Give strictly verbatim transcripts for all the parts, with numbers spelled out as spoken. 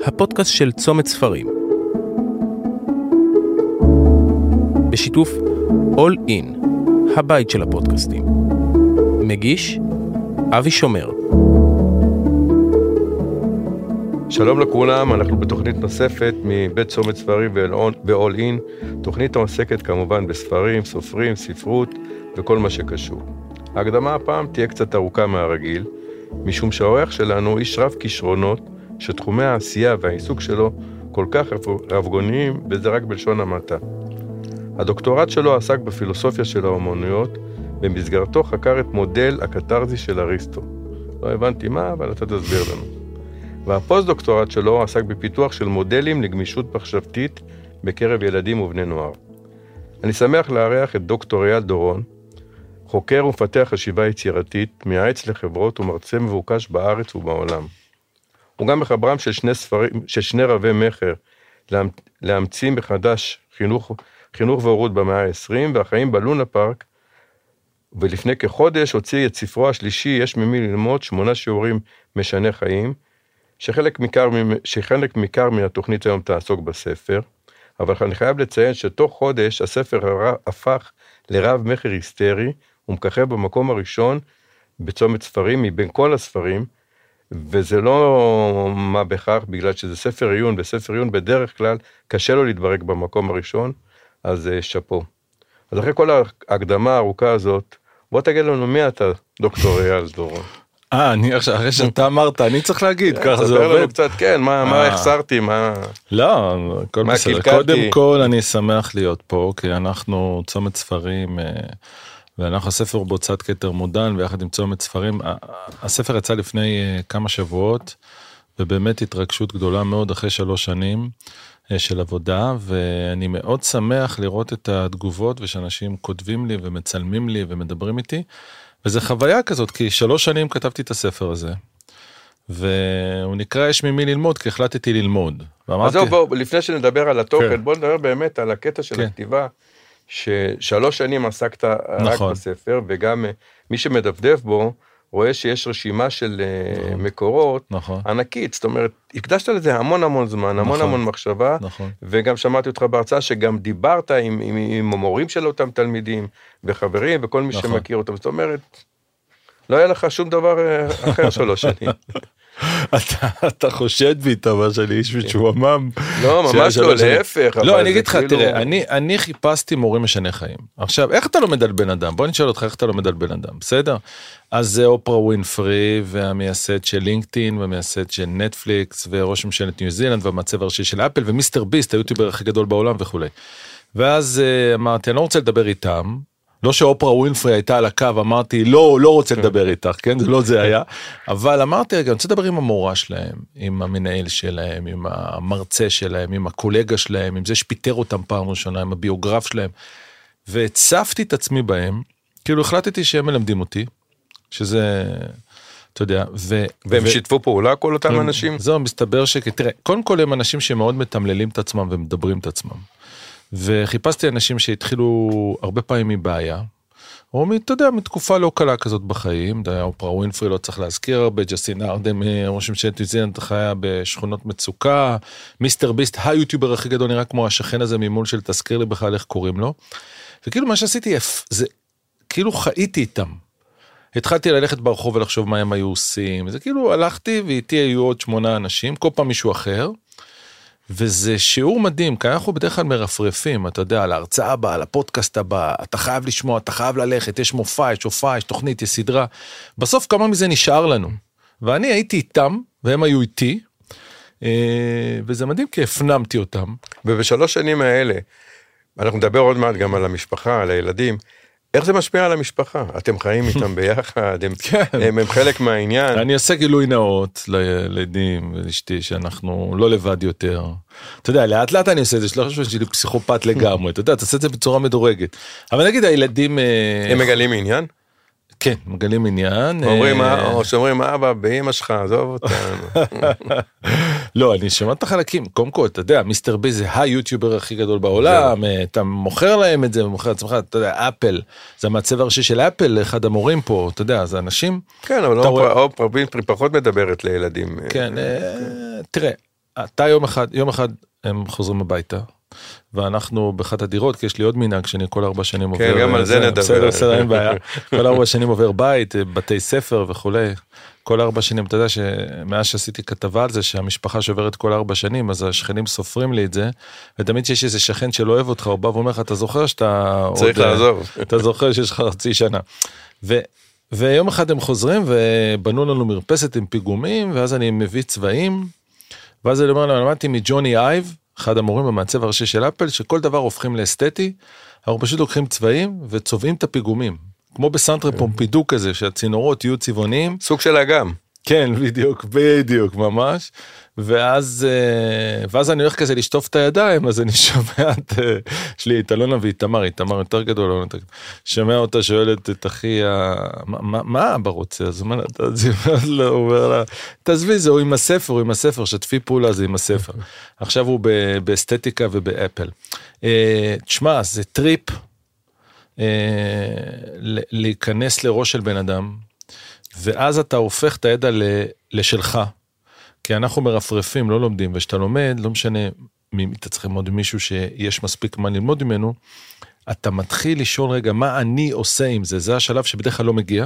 הפודקאסט של צומת ספרים. בשיתוף All In, הבית של הפודקאסטים. מגיש אבי שומר. שלום לכולם, אנחנו בתוכנית נוספת מבית צומת ספרים ו-All In, תוכנית העוסקת כמובן בספרים, סופרים, ספרות וכל מה שקשור. ההקדמה הפעם תהיה קצת ארוכה מהרגיל, משום שהאורח שלנו איש רב כישרונות, שתחומי העשייה והעיסוק שלו כל כך רבגוניים, וזה רק בלשון המעטה. הדוקטורט שלו עסק בפילוסופיה של האומנויות, במסגרתו חקר את מודל הקתרזי של אריסטו. לא הבנתי מה, אבל אתה תסביר לנו. והפוסט-דוקטורט שלו עסק בפיתוח של מודלים לגמישות מחשבתית בקרב ילדים ובני נוער. אני שמח לארח את דוקטור אייל דורון, חוקר ומפתח חשיבה יצירתית, מייעץ לחברות ומרצה מבוקש בארץ ובעולם. הוא גם מחברם של שני ספרים, של שני רבי מחר, להמציא מחדש חינוך, חינוך והורות במאה ה-עשרים, והחיים בלונה פארק, ולפני כחודש הוציא את ספרו השלישי, יש ממי ללמוד, שמונה שיעורים משנה חיים, שחלק מכר, שחלק מכר מהתוכנית היום תעסוק בספר, אבל אני חייב לציין שתוך חודש הספר הפך לרב מחר היסטרי, ומככב במקום הראשון בצומת ספרים, מבין כל הספרים, וזה לא מה בכך, בגלל שזה ספר עיון, וספר עיון בדרך כלל קשה לו להתברק במקום הראשון, אז שפו. אז אחרי כל ההקדמה הארוכה הזאת, בוא תגיד לנו מי אתה, דוקטור אייל דורון. אה, אני עכשיו, אחרי שאתה אמרת, אני צריך להגיד, ככה זה עובד. תספר לנו עובד. קצת, כן, מה החסרתי, מה... לא, הכל מה בסדר. קלקלתי? קודם כל, אני שמח להיות פה, כי אנחנו צומת ספרים, ואנחנו הספר בהוצאת כתר מודן, ויחד עם צומת ספרים, הספר יצא לפני כמה שבועות, ובאמת התרגשות גדולה מאוד אחרי שלוש שנים של עבודה, ואני מאוד שמח לראות את התגובות, ושאנשים כותבים לי ומצלמים לי ומדברים איתי, וזו חוויה כזאת, כי שלוש שנים כתבתי את הספר הזה, והוא נקרא יש ממי ללמוד, כי החלטתי ללמוד. אז זהו, בואו, לפני שנדבר על התוכן, בואו נדבר באמת על הקטע של הכתיבה, ששלוש שנים עסקת רק בספר, וגם מי שמדפדף בו, רואה שיש רשימה של מקורות ענקית, זאת אומרת, הקדשת לזה המון המון זמן, המון המון מחשבה, וגם שמעתי אותך בהרצאה שגם דיברת עם המורים של אותם תלמידים, וחברים, וכל מי שמכיר אותם, זאת אומרת, לא היה לך שום דבר אחר שלוש שנים. אתה חושד בי, אתה מה שאני איש משועמם. לא, ממש לא, להפך. לא, אני אגיד לך, תראה, אני חיפשתי מורים משנה חיים. עכשיו, איך אתה לומד על בן אדם? בוא נשאל אותך איך אתה לומד על בן אדם, בסדר? אז זה אופרה ווינפרי, והמייסד של לינקדאין, והמייסד של נטפליקס, וראש ממשלת ניו זילנד, והמעצב הראשי של אפל, ומיסטר ביסט, היוטיובר הכי גדול בעולם וכו'. ואז אמרתי, אני לא רוצה לדבר איתם, לא שאופרה ווינפרי הייתה על הקו, אמרתי, לא, לא רוצה לדבר איתך, כן? זה לא זה היה. אבל אמרתי, רגע, אני רוצה לדבר עם המורה שלהם, עם המנהל שלהם, עם המרצה שלהם, עם הקולגה שלהם, עם זה שפיטר אותם פעם ראשונה, עם הביוגרף שלהם. והצפתי את עצמי בהם, כאילו החלטתי שהם מלמדים אותי, שזה, אתה יודע, ו... והם שיתפו פעולה כל אותם אנשים? זהו, מסתבר ש... תראה, קודם כל הם אנשים שמאוד מתמללים את עצמם ומדברים את עצמם. וחיפשתי אנשים שהתחילו הרבה פעמים מבעיה, או אתה יודע, מתקופה לא קלה כזאת בחיים, אופרה ווינפרי לא צריך להזכיר הרבה, ג'סינדה ארדם, ראש ממשלת ניו זילנד, חיה בשכונות מצוקה, מיסטר ביסט, היוטיובר הכי גדול, נראה כמו השכן הזה ממול של תזכיר לי בכלל איך קוראים לו, וכאילו מה שעשיתי, זה כאילו חייתי איתם, התחלתי ללכת ברחוב ולחשוב מה הם היו עושים, זה כאילו הלכתי ואיתי היו עוד שמונה אנשים, כל פעם מישהו אחר, וזה שיעור מדהים, כי אנחנו בדרך כלל מרפרפים, אתה יודע, על ההרצאה הבאה, על הפודקאסט הבא, אתה חייב לשמוע, אתה חייב ללכת, יש מופע, יש הופעה, יש תוכנית, יש סדרה, בסוף כמה מזה נשאר לנו, ואני הייתי איתם, והם היו איתי, וזה מדהים כי הפנמתי אותם. ובשלוש שנים האלה, אנחנו נדבר עוד מעט גם על המשפחה, על הילדים, איך זה משפיע על המשפחה? אתם חיים איתם ביחד, הם, כן. הם, הם חלק מהעניין. אני עושה גילוי נאות לילדים ולאשתי, שאנחנו לא לבד יותר. אתה יודע, לאט לאט אני עושה את זה, שלא חושב שאני פסיכופת לגמרי, אתה יודע, אתה עושה את זה בצורה מדורגת. אבל נגיד, הילדים... הם מגלים עניין? כן, מגלים עניין. או שאומרים, אבא, באמא שלך, עזוב אותנו. לא, אני שמעת את החלקים, קודם כל, אתה יודע, מיסטר בי זה היוטיובר הכי גדול בעולם, אתה מוכר להם את זה, ומוכר עצמך, אתה יודע, אפל, זה המעצב הראשי של אפל, אחד המורים פה, אתה יודע, זה אנשים. כן, אבל אופרה ווינפרי פחות מדברת לילדים. כן, תראה, אתה יום אחד, יום אחד הם חוזרים הביתה, ואנחנו באחת הדירות, כי יש לי עוד מנהג שאני כל ארבע שנים עובר... כן, גם על זה נדבר. בסדר, בסדר, אין בעיה. כל ארבע שנים עובר בית, בתי ספר וכולי. כל ארבע שנים, אתה יודע שמאז שעשיתי כתבה על זה, שהמשפחה שעוברת כל ארבע שנים, אז השכנים סופרים לי את זה, ותמיד שיש איזה שכן שלא אוהב אותך, הוא בא ואומר לך, אתה זוכר שאתה... צריך לעזוב. אתה זוכר שיש לך חצי שנה. ו... ויום אחד הם חוזרים, ובנו לנו מרפסת עם פיגומים, ואז אני מביא צבעים, ואז אני אומר להם, למדתי מג'וני אייב, אחד המורים במעצב הראשי של אפל, שכל דבר הופכים לאסתטי, אנחנו פשוט לוקחים צבעים וצובעים את הפיגומים. כמו בסנטרה פומפידו כזה, שהצינורות יהיו צבעוניים. סוג של אגם. כן, בדיוק, בדיוק, ממש. ואז, ואז אני הולך כזה לשטוף את הידיים, אז אני שומע את, יש לי את אלונה ואיתמר, איתמר יותר גדול, אלונה יותר גדול. שומע אותה שואלת את אחי, מה, מה אבא רוצה? אז הוא אומר לה, תעזבי, זה הוא עם הספר, הוא עם הספר, שתפי פעולה, זה עם הספר. עכשיו הוא באסתטיקה ובאפל. תשמע, זה טריפ, להיכנס לראש של בן אדם, ואז אתה הופך את הידע לשלך, כי אנחנו מרפרפים, לא לומדים, ושאתה לומד, לא משנה, אתה צריך ללמוד מישהו שיש מספיק מה ללמוד ממנו, אתה מתחיל לשאול רגע, מה אני עושה עם זה? זה השלב שבדרך כלל לא מגיע,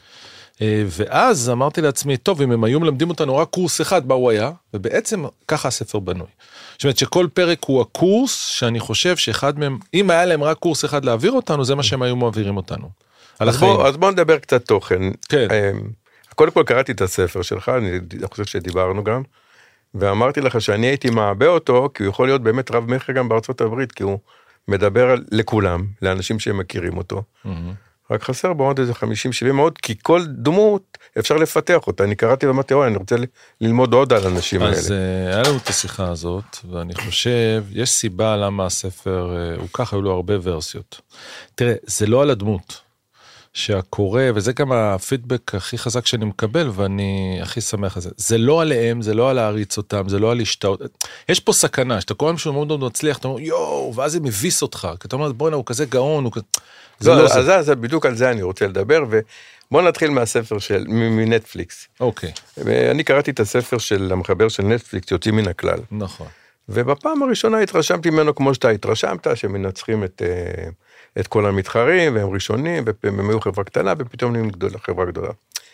ואז אמרתי לעצמי, טוב, אם הם היו מלמדים אותנו רק קורס אחד, מה הוא היה? ובעצם ככה הספר בנוי. זאת אומרת שכל פרק הוא הקורס, שאני חושב שאחד מהם, אם היה להם רק קורס אחד להעביר אותנו, זה מה שהם היו מעבירים אותנו. אז בוא, אז בוא נדבר קצת תוכן. כן. קודם כל קראתי את הספר שלך, אני חושב שדיברנו גם, ואמרתי לך שאני הייתי מעבה אותו, כי הוא יכול להיות באמת רב מחר גם בארצות הברית, כי הוא מדבר לכולם, לאנשים שהם מכירים אותו. רק חסר בו עוד איזה חמישים שבעים מאוד, כי כל דמות אפשר לפתח אותה. אני קראתי ואמרתי, אוי, אני רוצה ללמוד עוד על האנשים האלה. אז היה לנו את השיחה הזאת, ואני חושב, יש סיבה למה הספר, הוא ככה, היו לו הרבה ורסיות. תראה, זה לא על הדמות. שהקורא, וזה גם הפידבק הכי חזק שאני מקבל, ואני הכי שמח על זה. זה לא עליהם, זה לא על להריץ אותם, זה לא על להשתאות. יש פה סכנה, שאתה קורא משהו מאוד מאוד מצליח, אתה אומר, יואו, ואז זה מביס אותך, כי אתה אומר, בוא'נה, הוא כזה גאון, הוא כזה... זה לא, אז זה, זה בדיוק על זה אני רוצה לדבר, ובואו נתחיל מהספר של, מנטפליקס. אוקיי. ואני קראתי את הספר של המחבר של נטפליקס, יוצאים מן הכלל. נכון. ובפעם הראשונה התרשמתי ממנו כמו שאתה התרשמת, שמנצחים את... את כל המתחרים, והם ראשונים, והם היו חברה קטנה, ופתאום נהיים גדולה, חברה גדולה.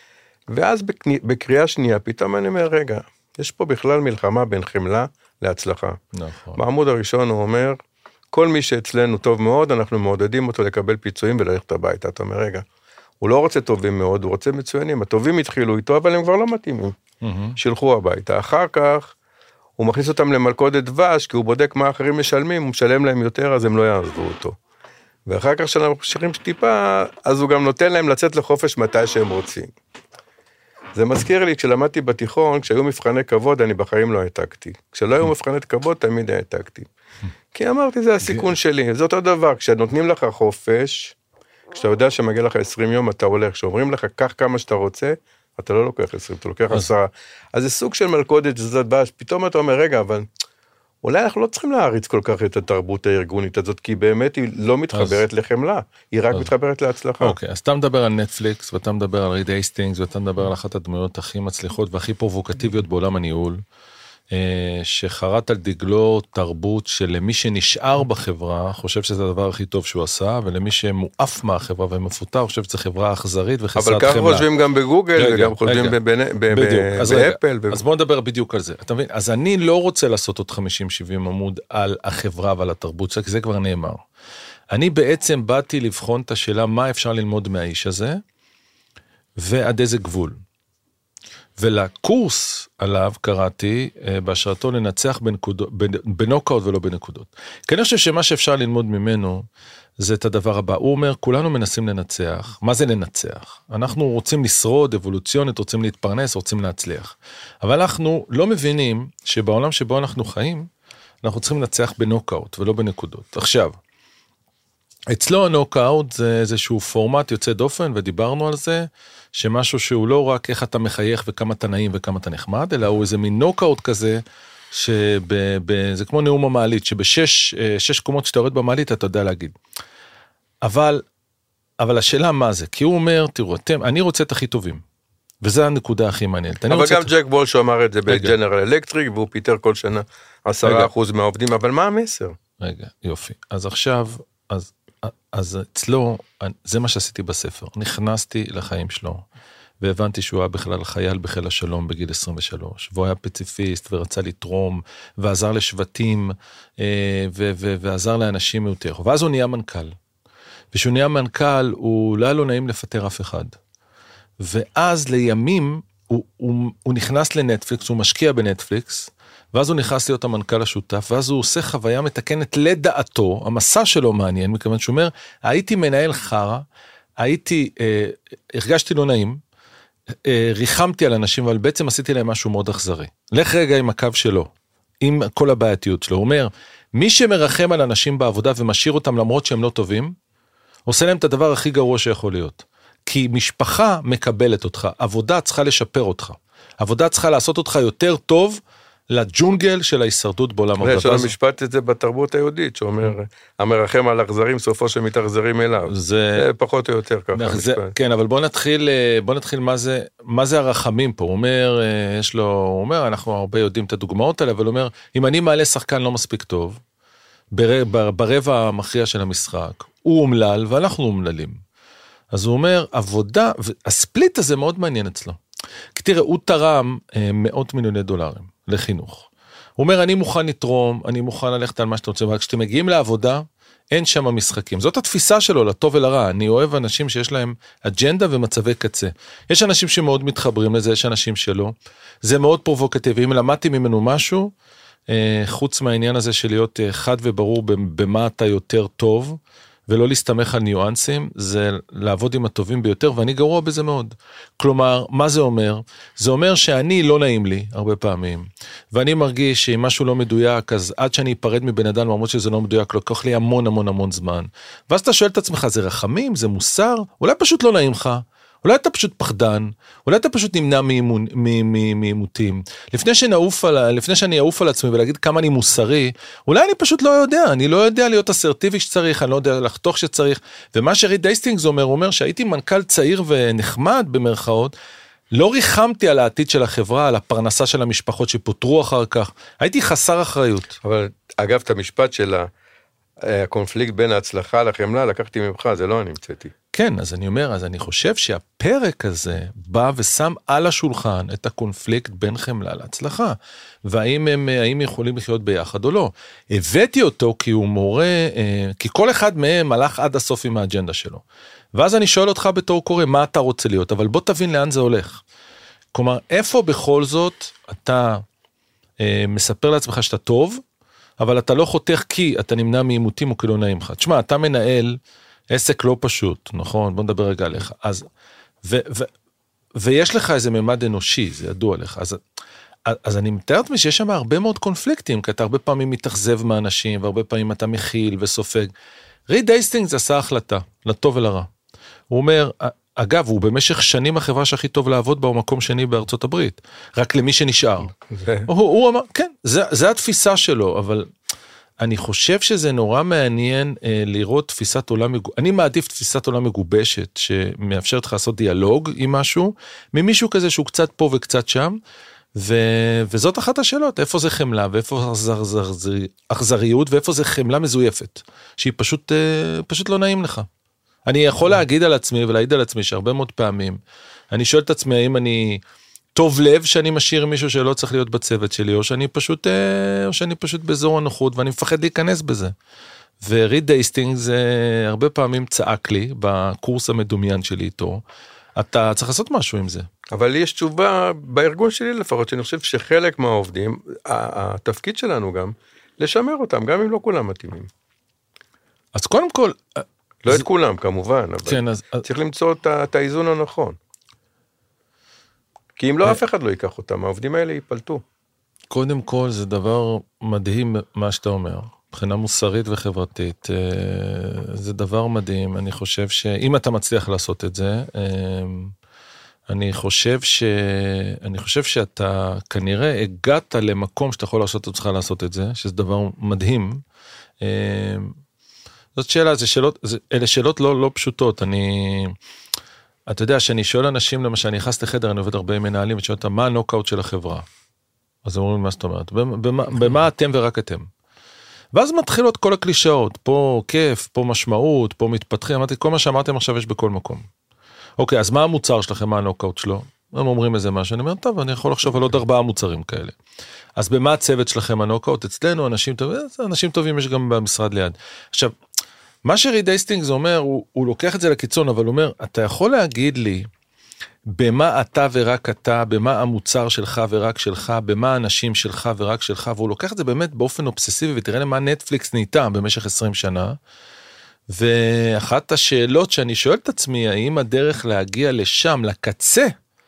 ואז בקריאה שנייה, פתאום אני אומר, רגע, יש פה בכלל מלחמה בין חמלה להצלחה. נכון. בעמוד הראשון הוא אומר, כל מי שאצלנו טוב מאוד, אנחנו מעודדים אותו לקבל פיצויים וללכת הביתה. אתה אומר, רגע, הוא לא רוצה טובים מאוד, הוא רוצה מצוינים. הטובים התחילו איתו, אבל הם כבר לא מתאימים. שילכו הביתה. אחר כך, הוא מכניס אותם למלכודת דבש, כי הוא בודק מה אחרים משלמים, הוא משלם להם יותר, אז הם לא יעזבו אותו. ואחר כך שאנחנו שרים טיפה, אז הוא גם נותן להם לצאת לחופש מתי שהם רוצים. זה מזכיר לי, כשלמדתי בתיכון, כשהיו מבחני כבוד, אני בחיים לא העתקתי. כשלא היו מבחני כבוד, תמיד העתקתי. כי אמרתי, זה הסיכון שלי. זה אותו דבר, כשנותנים לך חופש, כשאתה יודע שמגיע לך עשרים יום, אתה הולך. כשאומרים לך, קח כמה שאתה רוצה, אתה לא לוקח עשרים, אתה לוקח עשרה. אז זה סוג של מלכודת, פתאום אתה אומר, רגע, אבל... אולי אנחנו לא צריכים להריץ כל כך את התרבות הארגונית הזאת, כי באמת היא לא מתחברת לחמלה, היא רק מתחברת להצלחה. אוקיי, אז אתה מדבר על נטפליקס, ואתה מדבר על ריד הייסטינגס, ואתה מדבר על אחת הדמויות הכי מצליחות והכי פרובוקטיביות בעולם הניהול, שחרת על דגלו תרבות שלמי שנשאר בחברה, חושב שזה הדבר הכי טוב שהוא עשה, ולמי שמואף מהחברה ומפוטר, חושב שזה חברה אכזרית וחסרת חמלה. אבל ככה חושבים גם בגוגל, וגם חושבים באפל. אז בוא נדבר בדיוק על זה. אתה מבין? אז אני לא רוצה לעשות עוד חמישים שבעים עמוד על החברה ועל התרבות, כי זה כבר נאמר. אני בעצם באתי לבחון את השאלה, מה אפשר ללמוד מהאיש הזה, ועד איזה גבול. ולקורס עליו קראתי בהשראתו לנצח בנוקאוט ולא בנקודות. כי אני חושב שמה שאפשר ללמוד ממנו זה את הדבר הבא. הוא אומר, כולנו מנסים לנצח. מה זה לנצח? אנחנו רוצים לשרוד אבולוציונית, רוצים להתפרנס, רוצים להצליח. אבל אנחנו לא מבינים שבעולם שבו אנחנו חיים, אנחנו צריכים לנצח בנוקאוט ולא בנקודות. עכשיו, אצלו הנוקאוט זה איזשהו פורמט יוצא דופן, ודיברנו על זה, שמשהו שהוא לא רק איך אתה מחייך וכמה אתה נעים וכמה אתה נחמד, אלא הוא איזה מין נוקאוט כזה, שזה כמו נאום המעלית, שבשש שש קומות שאתה יורד במעלית, אתה יודע להגיד. אבל, אבל השאלה מה זה? כי הוא אומר, תראו, אתם, אני רוצה את הכי טובים, וזו הנקודה הכי מעניינת. אבל גם ג'ק וולש אמר את זה בג'נרל אלקטריק, והוא פיטר כל שנה עשרה אחוז מהעובדים, אבל מה המסר? רגע, יופי. אז עכשיו, אז, אז אצלו, זה מה שעשיתי בספר. נכנסתי לחיים שלו, והבנתי שהוא היה בכלל חייל בחיל השלום בגיל עשרים ושלוש, והוא היה פציפיסט ורצה לתרום, ועזר לשבטים, ו- ו- ועזר לאנשים יותר. ואז הוא נהיה מנכ"ל. וכשהוא נהיה מנכ"ל, הוא לא היה לו נעים לפטר אף אחד. ואז לימים, הוא, הוא, הוא נכנס לנטפליקס, הוא משקיע בנטפליקס, ואז הוא נכנס להיות המנכ"ל השותף, ואז הוא עושה חוויה מתקנת לדעתו, המסע שלו מעניין, מכיוון שהוא אומר, הייתי מנהל חרה, הייתי, אה, הרגשתי לא נעים, אה, ריחמתי על אנשים, אבל בעצם עשיתי להם משהו מאוד אכזרי. לך רגע עם הקו שלו, עם כל הבעייתיות שלו. הוא אומר, מי שמרחם על אנשים בעבודה ומשאיר אותם למרות שהם לא טובים, עושה להם את הדבר הכי גרוע שיכול להיות. כי משפחה מקבלת אותך, עבודה צריכה לשפר אותך. עבודה צריכה לעשות אותך יותר טוב לג'ונגל של ההישרדות בעולם העבודה. יש לנו משפט את זה בתרבות היהודית, שאומר, המרחם על אכזרים, סופו שמתאכזרים אליו. זה פחות או יותר ככה. כן, אבל בוא נתחיל, בוא נתחיל מה זה, מה זה הרחמים פה. הוא אומר, יש לו, הוא אומר, אנחנו הרבה יודעים את הדוגמאות האלה, אבל הוא אומר, אם אני מעלה שחקן לא מספיק טוב, ברבע המכריע של המשחק, הוא אומלל ואנחנו אומללים. אז הוא אומר, עבודה, הספליט הזה מאוד מעניין אצלו. כי תראה, הוא תרם מאות מיליוני דולרים לחינוך. הוא אומר, אני מוכן לתרום, אני מוכן ללכת על מה שאתה רוצה, אבל כשאתם מגיעים לעבודה, אין שם משחקים. זאת התפיסה שלו, לטוב ולרע. אני אוהב אנשים שיש להם אג'נדה ומצבי קצה. יש אנשים שמאוד מתחברים לזה, יש אנשים שלא. זה מאוד פרובוקטיבי. אם למדתי ממנו משהו, חוץ מהעניין הזה של להיות חד וברור במה אתה יותר טוב, ולא להסתמך על ניואנסים, זה לעבוד עם הטובים ביותר, ואני גרוע בזה מאוד. כלומר, מה זה אומר? זה אומר שאני לא נעים לי, הרבה פעמים, ואני מרגיש שאם משהו לא מדויק, אז עד שאני אפרד מבן אדם, למרות שזה לא מדויק, לוקח לי המון המון המון זמן. ואז אתה שואל את עצמך, זה רחמים? זה מוסר? אולי פשוט לא נעים לך? אולי אתה פשוט פחדן, אולי אתה פשוט נמנע מעימותים. לפני שנעוף על, לפני שאני אעוף על עצמי ולהגיד כמה אני מוסרי, אולי אני פשוט לא יודע, אני לא יודע להיות אסרטיבי שצריך, אני לא יודע לחתוך שצריך, ומה שריד הייסטינגס אומר, הוא אומר שהייתי מנכ"ל צעיר ונחמד במרכאות, לא ריחמתי על העתיד של החברה, על הפרנסה של המשפחות שפותרו אחר כך, הייתי חסר אחריות. אבל אגב, את המשפט של הקונפליקט בין ההצלחה לחמלה, לקחתי ממך, זה לא אני המצאתי. כן, אז אני אומר, אז אני חושב שהפרק הזה בא ושם על השולחן את הקונפליקט בין חמלה להצלחה, והאם הם, האם יכולים לחיות ביחד או לא. הבאתי אותו כי הוא מורה, כי כל אחד מהם הלך עד הסוף עם האג'נדה שלו. ואז אני שואל אותך בתור קורא, מה אתה רוצה להיות? אבל בוא תבין לאן זה הולך. כלומר, איפה בכל זאת אתה אה, מספר לעצמך שאתה טוב, אבל אתה לא חותך כי אתה נמנע מעימותים או כי לא נעים לך. תשמע, אתה מנהל עסק לא פשוט, נכון? בוא נדבר רגע עליך. אז, ו, ו, ויש לך איזה ממד אנושי, זה ידוע לך. אז, אז אני מתאר לעצמי שיש שם הרבה מאוד קונפליקטים, כי אתה הרבה פעמים מתאכזב מהאנשים, והרבה פעמים אתה מכיל וסופג. ריד הייסטינגס עשה החלטה, לטוב ולרע. הוא אומר, אגב, הוא במשך שנים החברה שהכי טוב לעבוד בה, הוא מקום שני בארצות הברית, רק למי שנשאר. הוא, הוא אמר, כן, זה, זה התפיסה שלו, אבל אני חושב שזה נורא מעניין אה, לראות תפיסת עולם, מגוב... אני מעדיף תפיסת עולם מגובשת, שמאפשרת לך לעשות דיאלוג עם משהו, ממישהו כזה שהוא קצת פה וקצת שם, ו... וזאת אחת השאלות, איפה זה חמלה, ואיפה זה אכזריות, ואיפה זה חמלה מזויפת, שהיא פשוט, אה, פשוט לא נעים לך. אני יכול להגיד על עצמי ולהעיד על עצמי שהרבה מאוד פעמים, אני שואל את עצמי האם אני טוב לב שאני משאיר מישהו שלא צריך להיות בצוות שלי, או שאני פשוט, או שאני פשוט באזור הנוחות, ואני מפחד להיכנס בזה. וריד הייסטינגס זה הרבה פעמים צעק לי, בקורס המדומיין שלי איתו, אתה צריך לעשות משהו עם זה. אבל לי יש תשובה בארגון שלי לפחות, שאני חושב שחלק מהעובדים, התפקיד שלנו גם, לשמר אותם, גם אם לא כולם מתאימים. אז קודם כל, לא את כולם כמובן, אבל כן, אז, צריך למצוא את האיזון הנכון. כי אם לא, אף אחד לא ייקח אותם, העובדים האלה ייפלטו. קודם כל, זה דבר מדהים מה שאתה אומר, מבחינה מוסרית וחברתית, זה דבר מדהים, אני חושב שאם אתה מצליח לעשות את זה, אני חושב ש... אני חושב שאתה כנראה הגעת למקום שאתה יכול לעשות, אתה צריך לעשות את זה, שזה דבר מדהים. זאת שאלה, זה שאלות, זה, אלה שאלות לא, לא פשוטות, אני... אתה יודע, שאני שואל אנשים, למשל, אני נכנס לחדר, אני עובד הרבה עם מנהלים, ושואל אותם, מה הנוקאוט של החברה? אז אומרים, מה זאת אומרת? במה, במה אתם ורק אתם? ואז מתחילות כל הקלישאות, פה כיף, פה משמעות, פה מתפתחים, אמרתי, כל מה שאמרתם עכשיו יש בכל מקום. אוקיי, אז מה המוצר שלכם, מה הנוקאוט שלו? הם אומרים איזה משהו, אני אומר, טוב, אני יכול לחשוב על עוד ארבעה מוצרים כאלה. אז במה הצוות שלכם הנוקאוט? אצלנו אנשים טובים, אנשים טובים יש גם במשרד ליד. עכשיו, מה שריד הייסטינגס אומר, הוא, הוא לוקח את זה לקיצון, אבל הוא אומר, אתה יכול להגיד לי, במה אתה ורק אתה, במה המוצר שלך ורק שלך, במה האנשים שלך ורק שלך, והוא לוקח את זה באמת באופן אובססיבי, ותראה למה נטפליקס נהייתה במשך עשרים שנה, ואחת השאלות שאני שואל את עצמי, האם הדרך להגיע לשם, לקצה,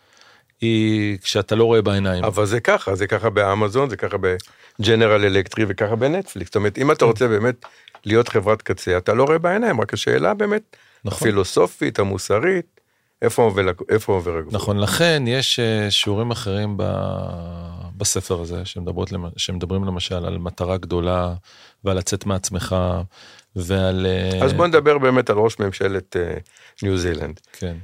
היא כשאתה לא רואה בעיניים. אבל זה ככה, זה ככה באמזון, זה ככה בג'נרל אלקטרי, וככה בנטפליקס. זאת אומרת, אם אתה רוצה באמת להיות חברת קצה, אתה לא רואה בעיניים, רק השאלה באמת, הפילוסופית, המוסרית, איפה עובר הגבול. נכון, לכן יש שיעורים אחרים בספר הזה, שמדברים למשל על מטרה גדולה, ועל לצאת מעצמך, ועל... אז בוא נדבר באמת על ראש ממשלת ניו זילנד. כן.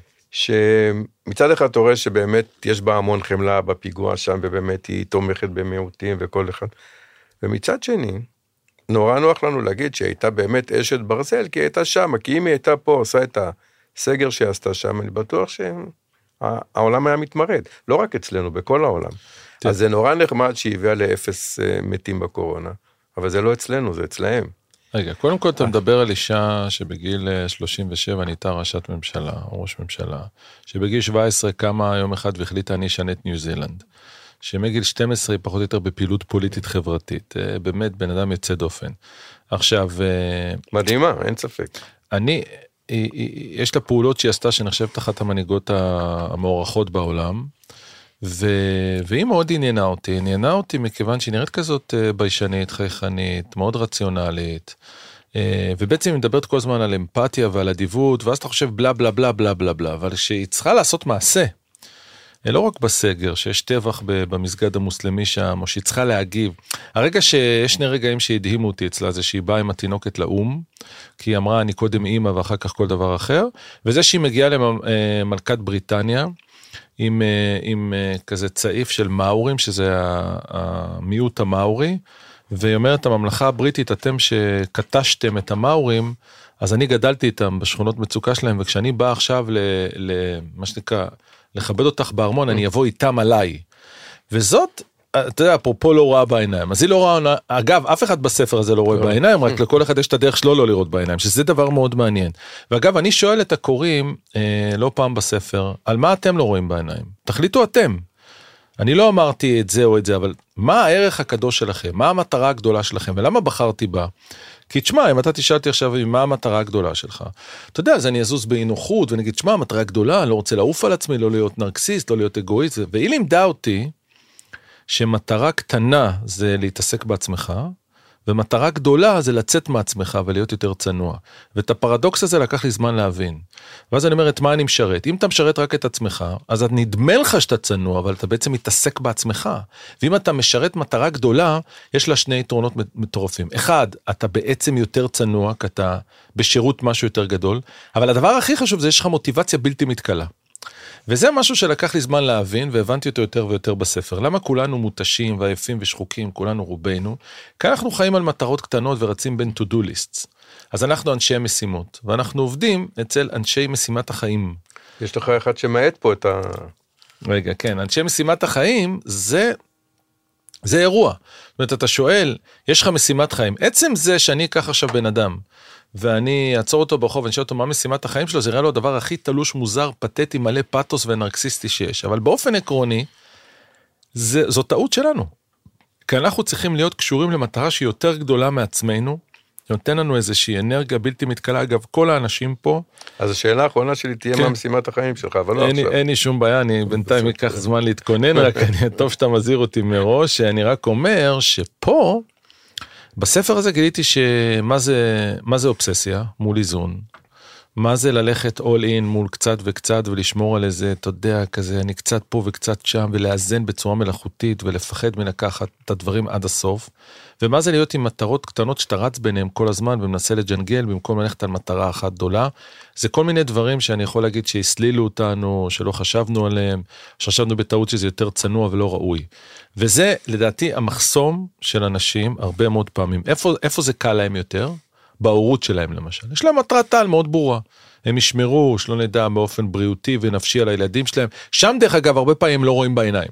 שמצד אחד אתה רואה שבאמת יש בה המון חמלה בפיגוע שם, ובאמת היא תומכת במיעוטים וכל אחד. ומצד שני, נורא נוח לנו להגיד שהיא הייתה באמת אשת ברזל, כי היא הייתה שם, כי אם היא הייתה פה, עושה את הסגר שהיא עשתה שם, אני בטוח שהעולם היה מתמרד. לא רק אצלנו, בכל העולם. אז זה נורא נחמד שהיא הביאה לאפס מתים בקורונה, אבל זה לא אצלנו, זה אצלהם. רגע, קודם כל אתה מדבר על אישה שבגיל שלושים ושבע נהייתה ראשת ממשלה, או ראש ממשלה, שבגיל שבע עשרה קמה יום אחד והחליטה אני אשנה את ניו זילנד, שמגיל שתים עשרה היא פחות או יותר בפעילות פוליטית חברתית, באמת בן אדם יוצא דופן. עכשיו... מדהימה, אין ספק. אני, יש לה פעולות שהיא עשתה שנחשבת אחת המנהיגות המוערכות בעולם, ו... והיא מאוד עניינה אותי, עניינה אותי מכיוון שהיא נראית כזאת ביישנית, חייכנית, מאוד רציונלית, ובעצם היא מדברת כל הזמן על אמפתיה ועל אדיבות, ואז אתה חושב בלה בלה בלה בלה בלה בלה, אבל שהיא צריכה לעשות מעשה, לא רק בסגר, שיש טבח במסגד המוסלמי שם, או שהיא צריכה להגיב. הרגע שיש שני רגעים שהדהימו אותי אצלה, זה שהיא באה עם התינוקת לאום, כי היא אמרה אני קודם אימא ואחר כך כל דבר אחר, וזה שהיא מגיעה למלכת בריטניה, עם, עם כזה צעיף של מאורים, שזה המיעוט המאורי, והיא אומרת, הממלכה הבריטית, אתם שקטשתם את המאורים, אז אני גדלתי איתם בשכונות מצוקה שלהם, וכשאני בא עכשיו למה שנקרא, לכבד אותך בארמון, אני אבוא איתם עליי. וזאת, אתה יודע, אפרופו לא רואה בעיניים. אז היא לא רואה, אגב, אף אחד בספר הזה לא רואה בעיניים, רק לכל אחד יש את הדרך שלו לא לראות בעיניים, שזה דבר מאוד מעניין. ואגב, אני שואל את הקוראים, אה, לא פעם בספר, על מה אתם לא רואים בעיניים? תחליטו אתם. אני לא אמרתי את זה או את זה, אבל מה הערך הקדוש שלכם? מה המטרה הגדולה שלכם? ולמה בחרתי בה? כי תשמע, אם אתה תשאלתי עכשיו, מה המטרה הגדולה שלך? אתה יודע, אז אני אזוז באינוחות, ואני אגיד, תשמע, המטרה הגדולה, אני לא רוצה לעוף על עצמי, לא להיות נרקסיסט, לא להיות אגואיסט, והיא לימדה אותי, שמטרה קטנה זה להתעסק בעצמך, ומטרה גדולה זה לצאת מעצמך ולהיות יותר צנוע. ואת הפרדוקס הזה לקח לי זמן להבין. ואז אני אומר, את מה אני משרת? אם אתה משרת רק את עצמך, אז את נדמה לך שאתה צנוע, אבל אתה בעצם מתעסק בעצמך. ואם אתה משרת מטרה גדולה, יש לה שני יתרונות מטורפים. אחד, אתה בעצם יותר צנוע, כי אתה בשירות משהו יותר גדול, אבל הדבר הכי חשוב זה יש לך מוטיבציה בלתי מתקלה. וזה משהו שלקח לי זמן להבין, והבנתי אותו יותר ויותר בספר. למה כולנו מותשים ועייפים ושחוקים, כולנו רובנו? כי אנחנו חיים על מטרות קטנות ורצים בין to-do lists. אז אנחנו אנשי משימות, ואנחנו עובדים אצל אנשי משימת החיים. יש לך אחד שמעט פה את ה... רגע, כן, אנשי משימת החיים זה... זה אירוע. זאת אומרת, אתה שואל, יש לך משימת חיים. עצם זה שאני אקח עכשיו בן אדם, ואני אעצור אותו ברחוב, ואני שואל אותו מה משימת החיים שלו, זה יראה לו הדבר הכי תלוש, מוזר, פתטי, מלא פאטוס ונרקסיסטי שיש. אבל באופן עקרוני, זה, זו טעות שלנו. כי אנחנו צריכים להיות קשורים למטרה שהיא יותר גדולה מעצמנו, שנותן לנו איזושהי אנרגיה בלתי מתקלה. אגב, כל האנשים פה... אז השאלה האחרונה שלי תהיה כן. מה משימת החיים שלך, אבל לא אין, עכשיו. אין לי שום בעיה, אני בינתיים אקח זמן להתכונן, רק אני, טוב שאתה מזהיר אותי מראש, אני רק אומר שפה, בספר הזה גיליתי שמה זה, מה זה אובססיה מול איזון, מה זה ללכת all in מול קצת וקצת ולשמור על איזה, אתה יודע, כזה, אני קצת פה וקצת שם, ולאזן בצורה מלאכותית ולפחד מלקחת את הדברים עד הסוף, ומה זה להיות עם מטרות קטנות שאתה רץ ביניהם כל הזמן ומנסה לג'נגל במקום ללכת על מטרה אחת גדולה. זה כל מיני דברים שאני יכול להגיד שהסלילו אותנו, שלא חשבנו עליהם, שחשבנו בטעות שזה יותר צנוע ולא ראוי. וזה לדעתי המחסום של אנשים הרבה מאוד פעמים. איפה, איפה זה קל להם יותר? בהורות שלהם למשל. יש להם מטרת על מאוד ברורה. הם ישמרו, שלא נדע, באופן בריאותי ונפשי על הילדים שלהם. שם דרך אגב הרבה פעמים לא רואים בעיניים.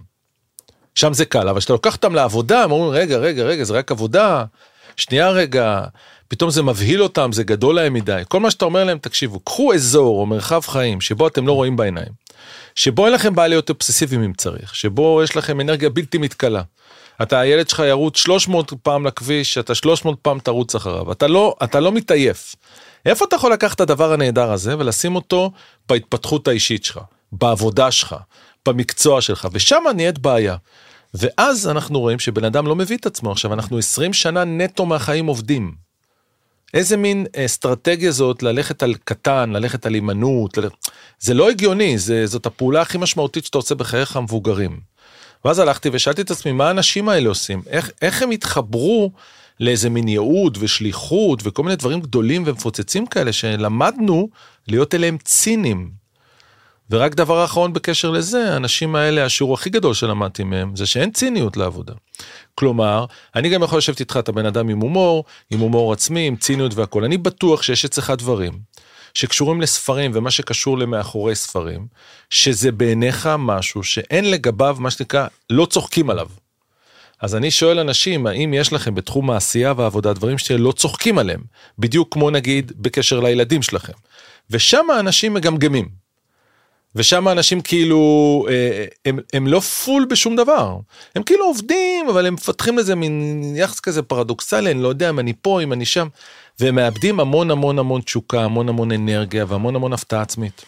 שם זה קל, אבל שאתה לוקח אותם לעבודה, הם אומרים, רגע, רגע, רגע, זה רק עבודה, שנייה רגע, פתאום זה מבהיל אותם, זה גדול להם מדי. כל מה שאתה אומר להם, תקשיבו, קחו אזור או מרחב חיים, שבו אתם לא רואים בעיניים, שבו אין לכם בעלי להיות אובססיביים אם צריך, שבו יש לכם אנרגיה בלתי מתקלה. אתה, הילד שלך ירוץ שלוש מאות פעם לכביש, אתה שלוש מאות פעם תרוץ אחריו, אתה לא, אתה לא מתעייף. איפה אתה יכול לקחת את הדבר הנהדר הזה, ולשים אותו בהתפתחות האישית שלך, בעבודה שלך, במקצוע שלך, ושם נהיית בעיה. ואז אנחנו רואים שבן אדם לא מביא את עצמו. עכשיו, אנחנו עשרים שנה נטו מהחיים עובדים. איזה מין אסטרטגיה זאת ללכת על קטן, ללכת על אימנות, ל... זה לא הגיוני, זה, זאת הפעולה הכי משמעותית שאתה עושה בחייך המבוגרים. ואז הלכתי ושאלתי את עצמי, מה האנשים האלה עושים? איך, איך הם התחברו לאיזה מין ייעוד ושליחות וכל מיני דברים גדולים ומפוצצים כאלה, שלמדנו להיות אליהם צינים. ורק דבר האחרון בקשר לזה, האנשים האלה, השיעור הכי גדול שלמדתי מהם, זה שאין ציניות לעבודה. כלומר, אני גם יכול לשבת איתך, אתה בן אדם עם הומור, עם הומור עצמי, עם ציניות והכל. אני בטוח שיש אצלך דברים שקשורים לספרים ומה שקשור למאחורי ספרים, שזה בעיניך משהו שאין לגביו, מה שנקרא, לא צוחקים עליו. אז אני שואל אנשים, האם יש לכם בתחום העשייה והעבודה דברים שלא צוחקים עליהם, בדיוק כמו נגיד בקשר לילדים שלכם. ושם האנשים מגמגמים. ושם האנשים כאילו, הם, הם לא פול בשום דבר. הם כאילו עובדים, אבל הם מפתחים לזה מין יחס כזה פרדוקסלי, אני לא יודע אם אני פה, אם אני שם, והם מאבדים המון המון המון תשוקה, המון המון אנרגיה, והמון המון הפתעה עצמית.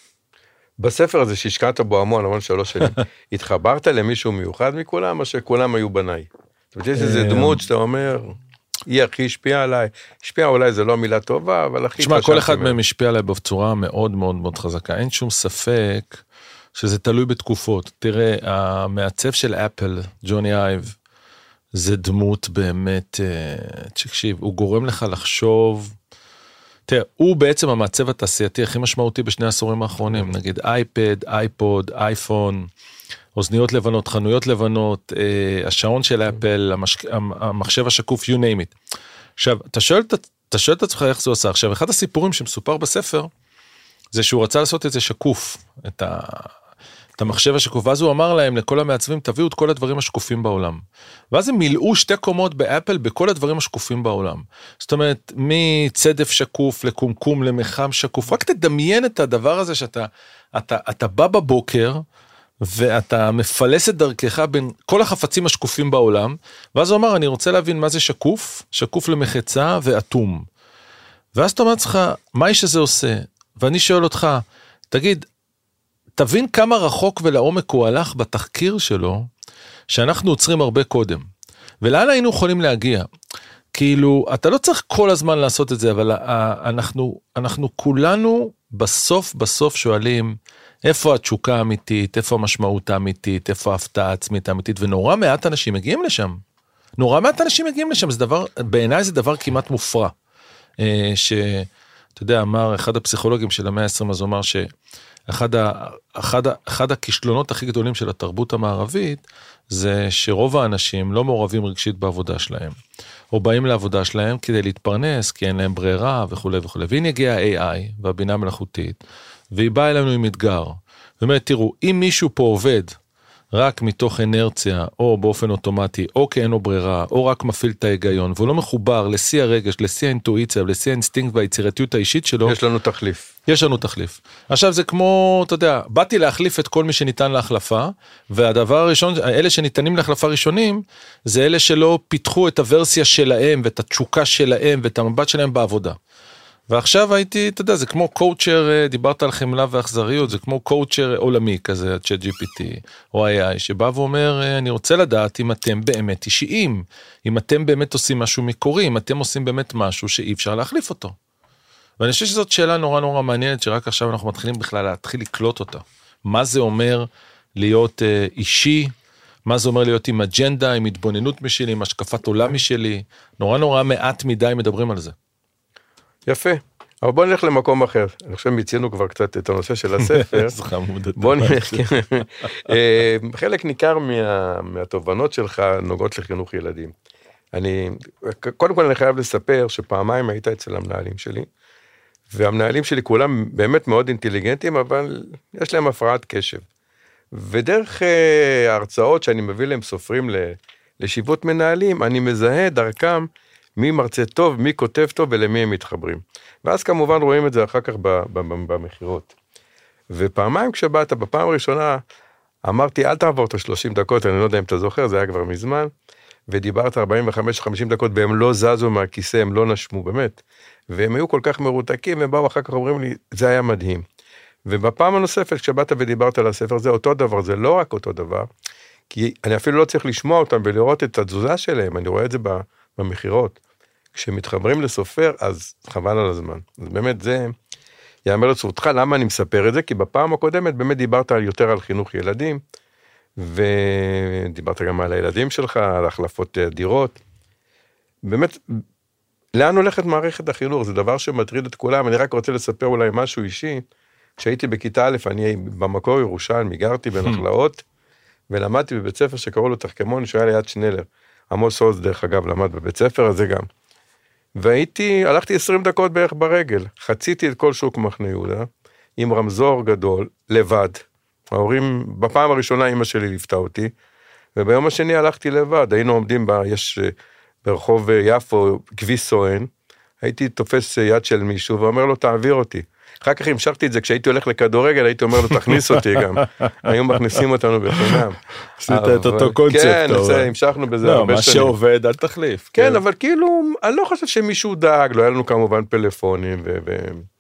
בספר הזה שהשקעת בו המון, המון שלוש שנים, התחברת למישהו מיוחד מכולם, או שכולם היו בניי? זאת אומרת, יש איזה דמות שאתה אומר... היא הכי השפיעה עליי, השפיעה אולי זה לא מילה טובה, אבל הכי... תשמע, כל אחד מהם השפיע עליי בצורה מאוד מאוד מאוד חזקה, אין שום ספק שזה תלוי בתקופות. תראה, המעצב של אפל, ג'וני אייב, זה דמות באמת, תקשיב, הוא גורם לך לחשוב, תראה, הוא בעצם המעצב התעשייתי הכי משמעותי בשני העשורים האחרונים, נגיד אייפד, אייפוד, אייפון, אוזניות לבנות, חנויות לבנות, אה, השעון של אפל, המשק... המחשב השקוף, you name it. עכשיו, אתה שואל, אתה שואל את עצמך איך זה עושה. עכשיו, אחד הסיפורים שמסופר בספר, זה שהוא רצה לעשות את זה שקוף, את, ה... את המחשב השקוף, ואז הוא אמר להם, לכל המעצבים, תביאו את כל הדברים השקופים בעולם. ואז הם מילאו שתי קומות באפל, בכל הדברים השקופים בעולם. זאת אומרת, מצדף שקוף, לקומקום, למחם שקוף, רק תדמיין את הדבר הזה, שאתה אתה, אתה בא בבוקר, ואתה מפלס את דרכך בין כל החפצים השקופים בעולם, ואז הוא אמר, אני רוצה להבין מה זה שקוף, שקוף למחצה ואטום. ואז אתה אומר לך, מה איש הזה עושה? ואני שואל אותך, תגיד, תבין כמה רחוק ולעומק הוא הלך בתחקיר שלו, שאנחנו עוצרים הרבה קודם. ולאן היינו יכולים להגיע? כאילו, אתה לא צריך כל הזמן לעשות את זה, אבל אנחנו, אנחנו כולנו בסוף בסוף שואלים, איפה התשוקה האמיתית, איפה המשמעות האמיתית, איפה ההפתעה העצמית האמיתית, ונורא מעט אנשים מגיעים לשם. נורא מעט אנשים מגיעים לשם, זה דבר, בעיניי זה דבר כמעט מופרע. שאתה יודע, אמר אחד הפסיכולוגים של המאה ה-עשרים, אז הוא אמר שאחד ה, אחד ה, אחד הכישלונות הכי גדולים של התרבות המערבית, זה שרוב האנשים לא מעורבים רגשית בעבודה שלהם, או באים לעבודה שלהם כדי להתפרנס, כי אין להם ברירה וכו' וכו'. והנה הגיע ה-איי איי והבינה המלאכותית, והיא באה אלינו עם אתגר. זאת אומרת, תראו, אם מישהו פה עובד רק מתוך אנרציה, או באופן אוטומטי, או כי אין לו ברירה, או רק מפעיל את ההיגיון, והוא לא מחובר לשיא הרגש, לשיא האינטואיציה, לשיא האינסטינקט והיצירתיות האישית שלו. יש לנו תחליף. יש לנו תחליף. עכשיו זה כמו, אתה יודע, באתי להחליף את כל מי שניתן להחלפה, והדבר הראשון, אלה שניתנים להחלפה ראשונים, זה אלה שלא פיתחו את הוורסיה שלהם, ואת התשוקה שלהם, ואת המבט שלהם בעבודה. ועכשיו הייתי, אתה יודע, זה כמו קואוצ'ר, דיברת על חמלה ואכזריות, זה כמו קואוצ'ר עולמי כזה, צ'אט ג'י פי טי או איי איי, שבא ואומר, אני רוצה לדעת אם אתם באמת אישיים, אם אתם באמת עושים משהו מקורי, אם אתם עושים באמת משהו שאי אפשר להחליף אותו. ואני חושב שזאת שאלה נורא נורא מעניינת, שרק עכשיו אנחנו מתחילים בכלל להתחיל לקלוט אותה. מה זה אומר להיות אה, אישי, מה זה אומר להיות עם אג'נדה, עם התבוננות משלי, עם השקפת עולם משלי, נורא נורא מעט מדי מדברים על זה. יפה, אבל בוא נלך למקום אחר, אני חושב מיצינו כבר קצת את הנושא של הספר, בוא נלך, חלק ניכר מה, מהתובנות שלך נוגעות לחינוך ילדים. אני, קודם כל אני חייב לספר שפעמיים היית אצל המנהלים שלי, והמנהלים שלי כולם באמת מאוד אינטליגנטים, אבל יש להם הפרעת קשב. ודרך ההרצאות שאני מביא להם סופרים לשיבות מנהלים, אני מזהה דרכם מי מרצה טוב, מי כותב טוב ולמי הם מתחברים. ואז כמובן רואים את זה אחר כך במחירות. ופעמיים כשבאת, בפעם הראשונה, אמרתי, אל תעבור את ה-שלושים דקות, אני לא יודע אם אתה זוכר, זה היה כבר מזמן, ודיברת ארבעים וחמש חמישים דקות, והם לא זזו מהכיסא, הם לא נשמו, באמת. והם היו כל כך מרותקים, והם באו אחר כך אומרים לי, זה היה מדהים. ובפעם הנוספת, כשבאת ודיברת על הספר, זה אותו דבר, זה לא רק אותו דבר, כי אני אפילו לא צריך לשמוע אותם ולראות את התזוזה שלהם, אני רואה את זה במחירות. כשמתחברים לסופר, אז חבל על הזמן. אז באמת זה יאמר לצורתך, למה אני מספר את זה? כי בפעם הקודמת באמת דיברת יותר על חינוך ילדים, ודיברת גם על הילדים שלך, על החלפות דירות. באמת, לאן הולכת מערכת החינוך? זה דבר שמטריד את כולם. אני רק רוצה לספר אולי משהו אישי. כשהייתי בכיתה א', אני במקור ירושלמי, גרתי בנחלאות, ולמדתי בבית ספר שקראו לו תחכמון, שהיה ליד שנלר. עמוס עוז, דרך אגב, למד בבית ספר הזה גם. והייתי, הלכתי עשרים דקות בערך ברגל, חציתי את כל שוק מחנה יהודה, עם רמזור גדול, לבד. ההורים, בפעם הראשונה אמא שלי ליוותה אותי, וביום השני הלכתי לבד, היינו עומדים בה, יש ברחוב יפו, כביש סואן, הייתי תופס יד של מישהו, ואומר לו, תעביר אותי. אחר כך המשכתי את זה, כשהייתי הולך לכדורגל, הייתי אומר לו, תכניס אותי גם. היו מכניסים אותנו בחינם. עשית את אותו קונספט. כן, המשכנו בזה הרבה שנים. מה שעובד, אל תחליף. כן, אבל כאילו, אני לא חושב שמישהו דאג, לא היה לנו כמובן פלאפונים, ו...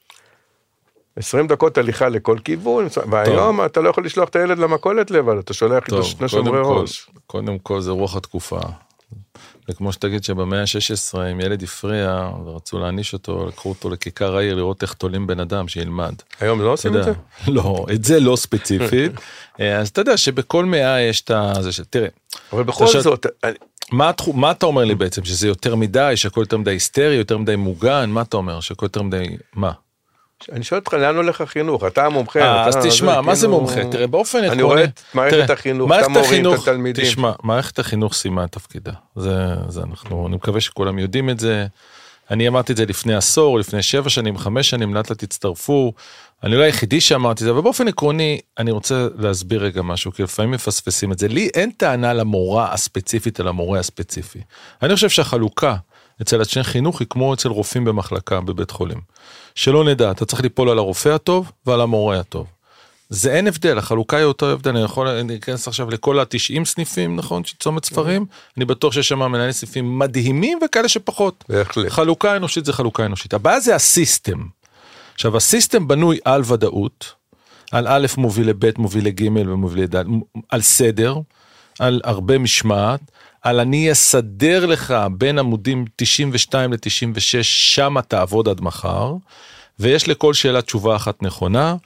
עשרים דקות הליכה לכל כיוון, והיום אתה לא יכול לשלוח את הילד למכולת לבד, אתה שולח איתו שני שומרי ראש. קודם כל זה רוח התקופה. וכמו שתגיד שבמאה ה-שש עשרה, אם ילד הפריע, ורצו להניש אותו, לקחו אותו לכיכר העיר, לראות איך תולים בן אדם שילמד. היום לא עושים את זה? לא, את זה לא ספציפית. אז אתה יודע שבכל מאה יש את זה של, תראה. אבל בכל זאת... מה אתה אומר לי בעצם? שזה יותר מדי, שהכל יותר מדי היסטרי, יותר מדי מוגן? מה אתה אומר? שהכל יותר מדי... מה? אני שואל אותך, לאן הולך החינוך? אתה המומחה. אז תשמע, מה זה מומחה? תראה, באופן עקרוני... אני רואה את מערכת החינוך, את המורים, את התלמידים. תשמע, מערכת החינוך סיימה את תפקידה. זה אנחנו, אני מקווה שכולם יודעים את זה. אני אמרתי את זה לפני עשור, לפני שבע שנים, חמש שנים, לאט לאט תצטרפו. אני לא היחידי שאמרתי את זה, אבל באופן עקרוני, אני רוצה להסביר רגע משהו, כי לפעמים מפספסים את זה. לי אין טענה למורה הספציפית, על המורה הספציפי. אני חושב שהחלוקה אצל אנשי חינוך היא כמו אצל רופאים במחלקה בבית חולים. שלא נדע, אתה צריך ליפול על הרופא הטוב ועל המורה הטוב. זה אין הבדל, החלוקה היא אותו הבדל, אני יכול להיכנס עכשיו לכל ה-תשעים סניפים, נכון, שצומת ספרים, אני בטוח שיש שם מנהלי סניפים מדהימים וכאלה שפחות. בהחלט. חלוקה אנושית זה חלוקה אנושית. הבעיה זה הסיסטם. עכשיו, הסיסטם בנוי על ודאות, על א' מוביל לב' מוביל לג' ומוביל לד', על סדר, על הרבה משמעת, על אני אסדר לך בין עמודים תשעים ושתיים ל-תשעים ושש, שם תעבוד עד מחר, ויש לכל שאלה תשובה אחת נכונה,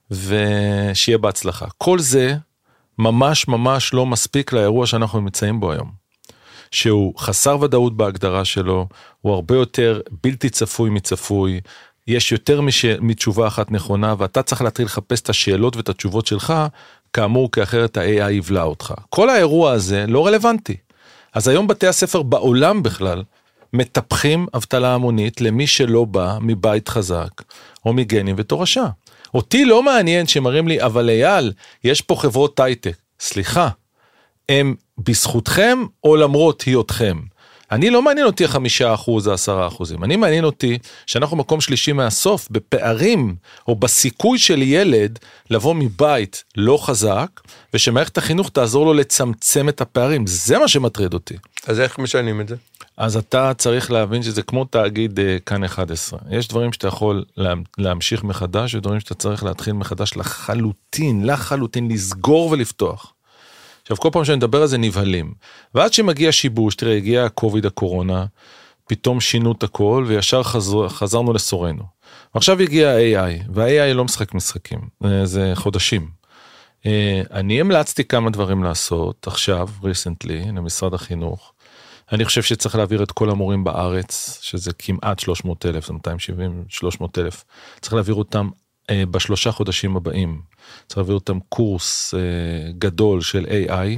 ושיהיה בהצלחה. כל זה ממש ממש לא מספיק לאירוע שאנחנו נמצאים בו היום. שהוא חסר ודאות בהגדרה שלו, הוא הרבה יותר בלתי צפוי מצפוי, יש יותר מש... מתשובה אחת נכונה, ואתה צריך להתחיל לחפש את השאלות ואת התשובות שלך, כאמור, כי אחרת ה-איי איי יבלע אותך. כל האירוע הזה לא רלוונטי. אז היום בתי הספר בעולם בכלל, מטפחים אבטלה המונית למי שלא בא מבית חזק, או מגנים ותורשה. אותי לא מעניין שמראים לי, אבל אייל, יש פה חברות הייטק. סליחה, הם בזכותכם או למרות היותכם. אני לא מעניין אותי החמישה אחוז, העשרה אחוזים. אני מעניין אותי שאנחנו מקום שלישי מהסוף, בפערים או בסיכוי של ילד לבוא מבית לא חזק, ושמערכת החינוך תעזור לו לצמצם את הפערים. זה מה שמטריד אותי. אז איך משנים את זה? אז אתה צריך להבין שזה כמו תאגיד כאן אחת עשרה. יש דברים שאתה יכול להמשיך מחדש, ודברים שאתה צריך להתחיל מחדש לחלוטין, לחלוטין, לסגור ולפתוח. עכשיו, כל פעם שאני מדבר על זה נבהלים. ועד שמגיע שיבוש, תראה, הגיע הקוביד הקורונה, פתאום שינו את הכל, וישר חזר, חזרנו לסורנו. עכשיו הגיע ה-איי איי, וה-איי איי לא משחק משחקים, זה חודשים. אני המלצתי כמה דברים לעשות, עכשיו, recently, למשרד החינוך. אני חושב שצריך להעביר את כל המורים בארץ, שזה כמעט שלוש מאות אלף, זה מאתיים שבעים, שלוש מאות אלף. צריך להעביר אותם בשלושה חודשים הבאים. צריך להעביר אותם קורס גדול של איי איי,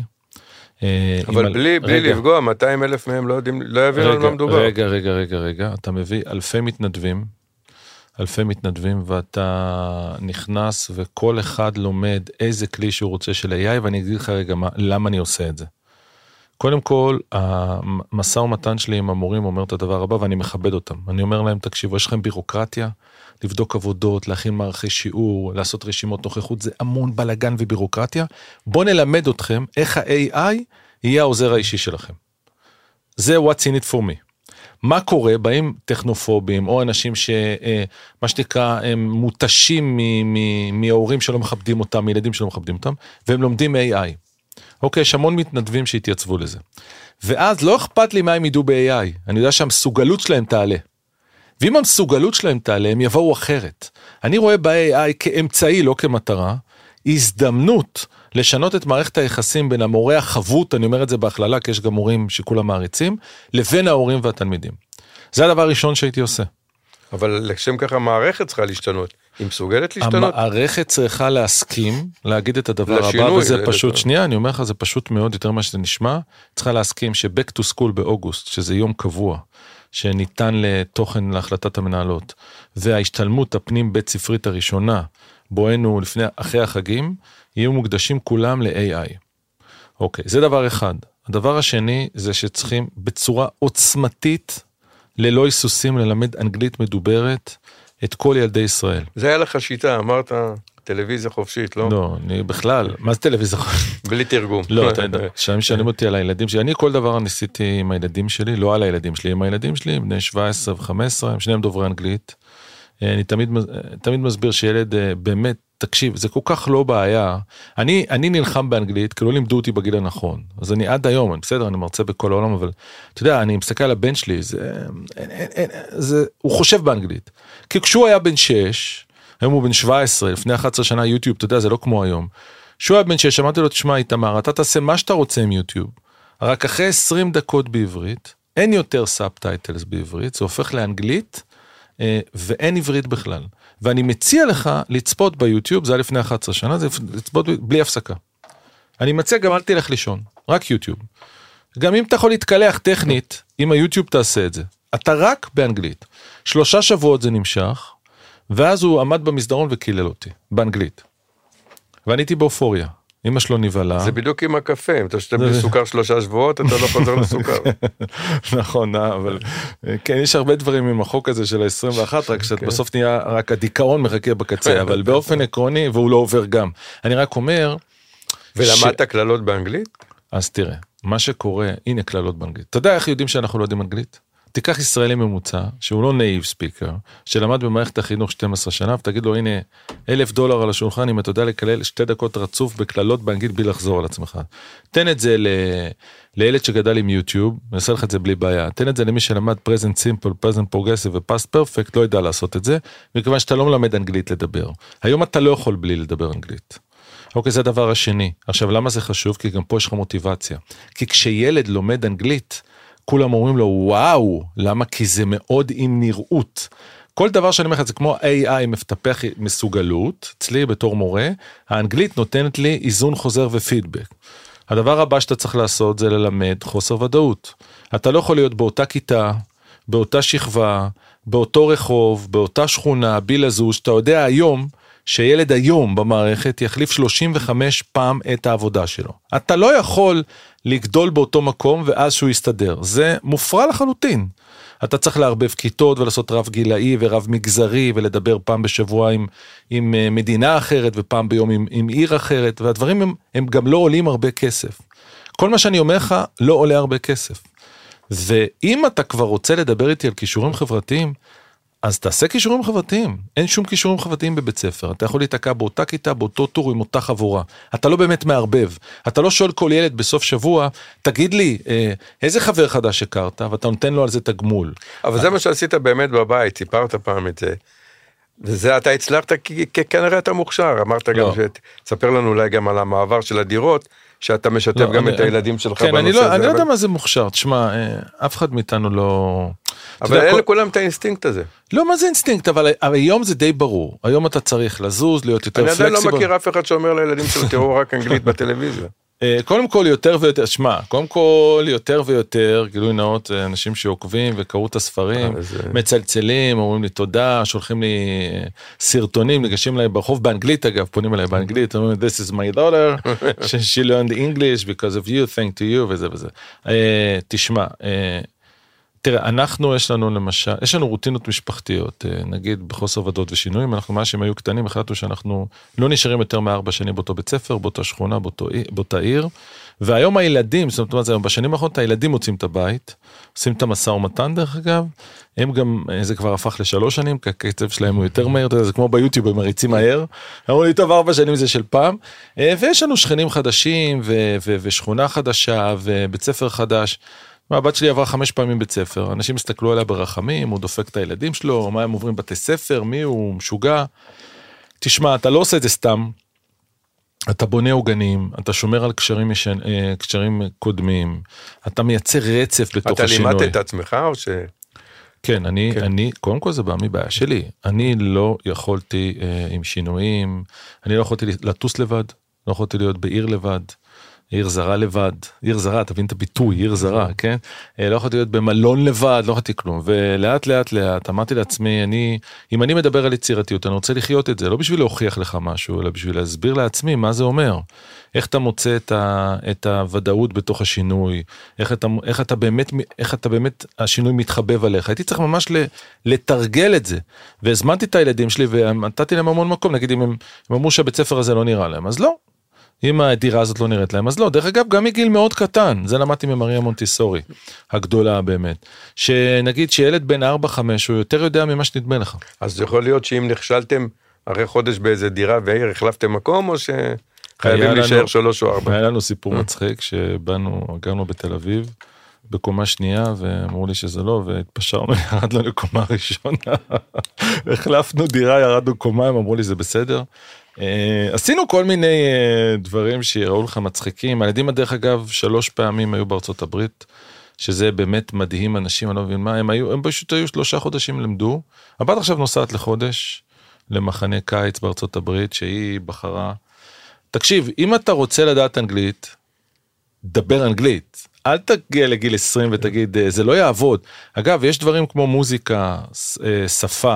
אבל בלי, בלי לפגוע, מאתיים אלף מהם לא יודעים, לא יבינו על מה מדובר. רגע, רגע, רגע, רגע, אתה מביא אלפי מתנדבים, אלפי מתנדבים, ואתה נכנס, וכל אחד לומד איזה כלי שהוא רוצה של איי איי, ואני אגיד לך רגע, מה, למה אני עושה את זה. קודם כל, המשא ומתן שלי עם המורים אומר את הדבר הבא, ואני מכבד אותם. אני אומר להם, תקשיבו, יש לכם בירוקרטיה, לבדוק עבודות, להכין מערכי שיעור, לעשות רשימות נוכחות, זה המון בלגן ובירוקרטיה. בואו נלמד אתכם איך ה-איי איי יהיה העוזר האישי שלכם. זה what's in it for me. מה קורה? באים טכנופובים, או אנשים שמה שנקרא, הם מותשים מההורים שלא מכבדים אותם, מילדים שלא מכבדים אותם, והם לומדים איי איי. אוקיי, יש המון מתנדבים שהתייצבו לזה. ואז לא אכפת לי מה הם ידעו ב-איי איי. אני יודע שהמסוגלות שלהם תעלה. ואם המסוגלות שלהם תעלה, הם יבואו אחרת. אני רואה ב-איי איי כאמצעי, לא כמטרה, הזדמנות לשנות את מערכת היחסים בין המורה החבות, אני אומר את זה בהכללה, כי יש גם מורים שכולם מעריצים, לבין ההורים והתלמידים. זה הדבר הראשון שהייתי עושה. אבל לשם ככה המערכת צריכה להשתנות. היא מסוגלת להשתנות? המערכת צריכה להסכים, להגיד את הדבר הבא, וזה פשוט, שנייה, אני אומר לך, זה פשוט מאוד, יותר מה שזה נשמע, צריכה להסכים ש-Back to School באוגוסט, שזה יום קבוע, שניתן לתוכן להחלטת המנהלות, וההשתלמות הפנים בית ספרית הראשונה, בואנו לפני, אחרי החגים, יהיו מוקדשים כולם ל-איי איי. אוקיי, זה דבר אחד. הדבר השני, זה שצריכים בצורה עוצמתית, ללא היסוסים, ללמד אנגלית מדוברת, את כל ילדי ישראל. זה היה לך שיטה, אמרת טלוויזיה חופשית, לא? לא, אני בכלל, מה זה טלוויזיה חופשית? בלי תרגום. לא, אתה יודע, כשהם שואלים אותי על הילדים שלי, אני כל דבר ניסיתי עם הילדים שלי, לא על הילדים שלי, עם הילדים שלי, בני שבע עשרה וחמש עשרה, הם שניהם דוברי אנגלית. אני תמיד, תמיד מסביר שילד באמת, תקשיב, זה כל כך לא בעיה. אני, אני נלחם באנגלית, כי לא לימדו אותי בגיל הנכון. אז אני עד היום, אני בסדר, אני מרצה בכל העולם, אבל אתה יודע, אני מסתכל על הבן שלי, זה, אין, אין, אין, זה, הוא חושב באנגלית. כי כשהוא היה בן שש, היום הוא בן שבע עשרה, לפני אחת עשרה שנה יוטיוב, אתה יודע, זה לא כמו היום. כשהוא היה בן שש, אמרתי לו, תשמע, איתמר, אתה תעשה מה שאתה רוצה עם יוטיוב. רק אחרי עשרים דקות בעברית, אין יותר סאבטייטלס בעברית, זה הופך לאנגלית, ואין עברית בכלל. ואני מציע לך לצפות ביוטיוב, זה היה לפני אחת עשרה שנה, זה לצפות בלי הפסקה. אני מציע גם אל תלך לישון, רק יוטיוב. גם אם אתה יכול להתקלח טכנית, אם היוטיוב תעשה את זה. אתה רק באנגלית. שלושה שבועות זה נמשך, ואז הוא עמד במסדרון וקילל אותי, באנגלית. ואני הייתי באופוריה. אמא שלו נבלה. זה בדיוק עם הקפה, אם אתה שותה בלי סוכר שלושה שבועות, אתה לא חוזר לסוכר. נכון, אבל כן, יש הרבה דברים עם החוק הזה של ה-עשרים ואחת, רק שבסוף נהיה רק הדיכאון מחכה בקצה, אבל באופן עקרוני, והוא לא עובר גם. אני רק אומר... ולמדת כללות באנגלית? אז תראה, מה שקורה, הנה כללות באנגלית. אתה יודע איך יודעים שאנחנו לא יודעים אנגלית? תיקח ישראלי ממוצע, שהוא לא נייב ספיקר, שלמד במערכת החינוך שתים עשרה שנה, ותגיד לו, הנה, אלף דולר על השולחן, אם אתה יודע לקלל שתי דקות רצוף בכללות באנגלית, בלי לחזור על עצמך. תן את זה ל... לילד שגדל עם יוטיוב, אני אעשה לך את זה בלי בעיה, תן את זה למי שלמד present simple, present progressive ו-past perfect, לא ידע לעשות את זה, מכיוון שאתה לא מלמד אנגלית לדבר. היום אתה לא יכול בלי לדבר אנגלית. אוקיי, זה הדבר השני. עכשיו, למה זה חשוב? כי גם פה יש לך מוטיבציה. כי כשילד לומד אנגלית, כולם אומרים לו, וואו, למה? כי זה מאוד עם נראות. כל דבר שאני אומר לך, זה כמו איי איי מפתפח מסוגלות, אצלי בתור מורה, האנגלית נותנת לי איזון חוזר ופידבק. הדבר הבא שאתה צריך לעשות זה ללמד חוסר ודאות. אתה לא יכול להיות באותה כיתה, באותה שכבה, באותו רחוב, באותה שכונה, בלי לזוז, שאתה יודע היום, שילד היום במערכת יחליף שלושים וחמש פעם את העבודה שלו. אתה לא יכול לגדול באותו מקום ואז שהוא יסתדר. זה מופרע לחלוטין. אתה צריך להרבב כיתות ולעשות רב גילאי ורב מגזרי ולדבר פעם בשבוע עם, עם מדינה אחרת ופעם ביום עם, עם עיר אחרת, והדברים הם, הם גם לא עולים הרבה כסף. כל מה שאני אומר לך לא עולה הרבה כסף. ואם אתה כבר רוצה לדבר איתי על כישורים חברתיים, אז תעשה קישורים חברתיים, אין שום קישורים חברתיים בבית ספר, אתה יכול להתעקע באותה כיתה, באותו טור עם אותה חבורה, אתה לא באמת מערבב, אתה לא שואל כל ילד בסוף שבוע, תגיד לי, איזה חבר חדש הכרת, ואתה נותן לו על זה תגמול. אבל זה מה שעשית באמת בבית, סיפרת פעם את זה, וזה אתה הצלחת, כי כנראה אתה מוכשר, אמרת גם שתספר לנו אולי גם על המעבר של הדירות, שאתה משתף גם את הילדים שלך בנושא הזה. כן, אני לא יודע מה זה מוכשר, תשמע, אף אחד מאיתנו לא... אבל אין לכולם את האינסטינקט הזה. לא, מה זה אינסטינקט, אבל היום זה די ברור. היום אתה צריך לזוז, להיות יותר פלקסיבל. אני עדיין לא מכיר אף אחד שאומר לילדים שלו תראו רק אנגלית בטלוויזיה. קודם כל יותר ויותר, שמע, קודם כל יותר ויותר, גילוי נאות, אנשים שעוקבים וקראו את הספרים, מצלצלים, אומרים לי תודה, שולחים לי סרטונים, ניגשים אליי ברחוב באנגלית אגב, פונים אליי באנגלית, אומרים, this is my daughter, she learned English because of you, thank to you, וזה וזה. תשמע, תראה, אנחנו, יש לנו למשל, יש לנו רוטינות משפחתיות, נגיד בחוסר ודאות ושינויים, אנחנו מה שהם היו קטנים, החלטנו שאנחנו לא נשארים יותר מארבע שנים באותו בית ספר, באותה שכונה, באותו, באותה עיר, והיום הילדים, זאת אומרת, בשנים האחרונות הילדים מוצאים את הבית, עושים את המשא ומתן דרך אגב, הם גם, זה כבר הפך לשלוש שנים, כי הקצב שלהם הוא יותר מהיר, זה כמו ביוטיוב, הם מריצים מהר, אמרו לי, טוב, ארבע שנים זה של פעם, ויש לנו שכנים חדשים, ו- ו- ושכונה חדשה, ובית ספר חדש, הבת שלי עברה חמש פעמים בית ספר, אנשים הסתכלו עליה ברחמים, הוא דופק את הילדים שלו, מה הם עוברים בתי ספר, מי הוא, משוגע. תשמע, אתה לא עושה את זה סתם, אתה בונה עוגנים, אתה שומר על קשרים, ישן, קשרים קודמים, אתה מייצר רצף בתוך אתה השינוי. אתה לימדת את עצמך או ש... כן, אני, כן. אני, קודם כל זה בא מבעיה שלי, אני לא יכולתי אה, עם שינויים, אני לא יכולתי לטוס לבד, לא יכולתי להיות בעיר לבד, עיר זרה לבד, עיר זרה, תבין את הביטוי, עיר זרה, כן? לא יכולתי להיות במלון לבד, לא יכולתי כלום, ולאט לאט לאט, אמרתי לעצמי, אני, אם אני מדבר על יצירתיות, אני רוצה לחיות את זה, לא בשביל להוכיח לך משהו, אלא בשביל להסביר לעצמי מה זה אומר, איך אתה מוצא את, ה, את הוודאות בתוך השינוי, איך אתה, איך אתה באמת, איך אתה באמת, השינוי מתחבב עליך, הייתי צריך ממש לתרגל את זה, והזמנתי את הילדים שלי, ונתתי להם המון מקום, נגיד אם הם, הם אמרו שהבית ספר הזה לא נראה להם, אז לא, אם הדירה הזאת לא נראית להם, אז לא. דרך אגב, גם מגיל מאוד קטן, זה למדתי ממריה מונטיסורי, הגדולה באמת, שנגיד שילד בן ארבע חמש, הוא יותר יודע ממה שנדמה לך. אז זה יכול להיות שאם נכשלתם אחרי חודש באיזה דירה ועיר, החלפתם מקום, או שחייבים להישאר שלוש או ארבע? היה לנו סיפור מצחיק, שבאנו, גרנו בתל אביב, בקומה שנייה, ואמרו לי שזה לא, והתפשרנו, ירדנו לקומה ראשונה, החלפנו דירה, ירדנו קומה, הם אמרו לי זה בסדר, עשינו כל מיני דברים שיראו לך מצחיקים, הילדים הדרך אגב שלוש פעמים היו בארצות הברית, שזה באמת מדהים אנשים, אני לא מבין מה, הם היו, הם פשוט היו שלושה חודשים למדו, הבת עכשיו נוסעת לחודש, למחנה קיץ בארצות הברית, שהיא בחרה, תקשיב, אם אתה רוצה לדעת אנגלית, דבר אנגלית, אל תגיע לגיל עשרים ותגיד, זה לא יעבוד, אגב, יש דברים כמו מוזיקה, שפה,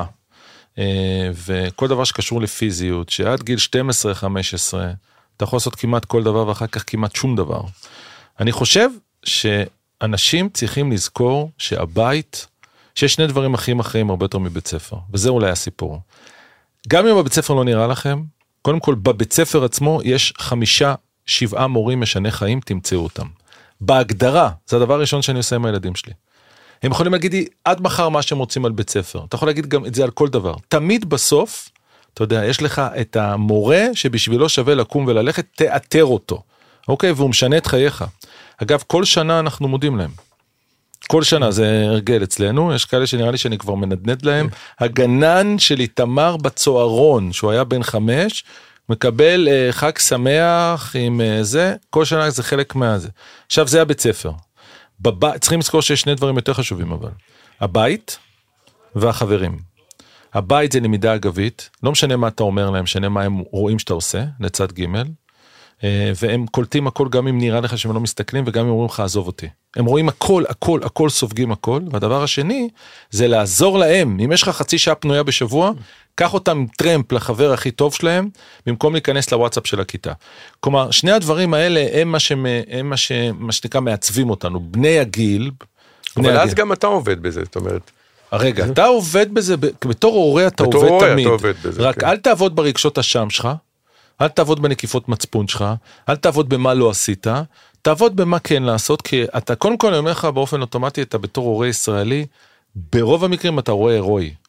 וכל דבר שקשור לפיזיות, שעד גיל שתים עשרה חמש עשרה, אתה יכול לעשות כמעט כל דבר, ואחר כך כמעט שום דבר. אני חושב שאנשים צריכים לזכור שהבית, שיש שני דברים הכי אחרים הרבה יותר מבית ספר, וזה אולי הסיפור. גם אם הבית ספר לא נראה לכם, קודם כל בבית ספר עצמו יש חמישה, שבעה מורים משנה חיים, תמצאו אותם. בהגדרה, זה הדבר הראשון שאני עושה עם הילדים שלי. הם יכולים להגיד לי, עד מחר מה שהם רוצים על בית ספר. אתה יכול להגיד גם את זה על כל דבר. תמיד בסוף, אתה יודע, יש לך את המורה שבשבילו שווה לקום וללכת, תאתר אותו. אוקיי? והוא משנה את חייך. אגב, כל שנה אנחנו מודים להם. כל שנה, זה הרגל אצלנו, יש כאלה שנראה לי שאני כבר מנדנד להם. הגנן של איתמר בצוערון, שהוא היה בן חמש, מקבל אה, חג שמח עם אה, זה, כל שנה זה חלק מהזה. עכשיו זה הבית ספר. בב... צריכים לזכור שיש שני דברים יותר חשובים אבל. הבית והחברים. הבית זה למידה אגבית, לא משנה מה אתה אומר להם, משנה מה הם רואים שאתה עושה, לצד ג' והם קולטים הכל גם אם נראה לך שהם לא מסתכלים, וגם אם אומרים לך עזוב אותי. הם רואים הכל, הכל, הכל סופגים הכל, והדבר השני זה לעזור להם. אם יש לך חצי שעה פנויה בשבוע, קח אותם טרמפ לחבר הכי טוב שלהם, במקום להיכנס לוואטסאפ של הכיתה. כלומר, שני הדברים האלה הם מה, שהם, הם מה, ש, מה שנקרא מעצבים אותנו, בני הגיל. בני אבל הגיל. אז גם אתה עובד בזה, זאת אומרת. רגע, אתה עובד בזה, בתור הורה אתה עובד הורה תמיד. אתה עובד בזה, רק כן. אל תעבוד ברגשות השם שלך, אל תעבוד בנקיפות מצפון שלך, אל תעבוד במה לא עשית, תעבוד במה כן לעשות, כי אתה קודם כל אני אומר לך באופן אוטומטי, אתה בתור הורה ישראלי, ברוב המקרים אתה רואה הרואי.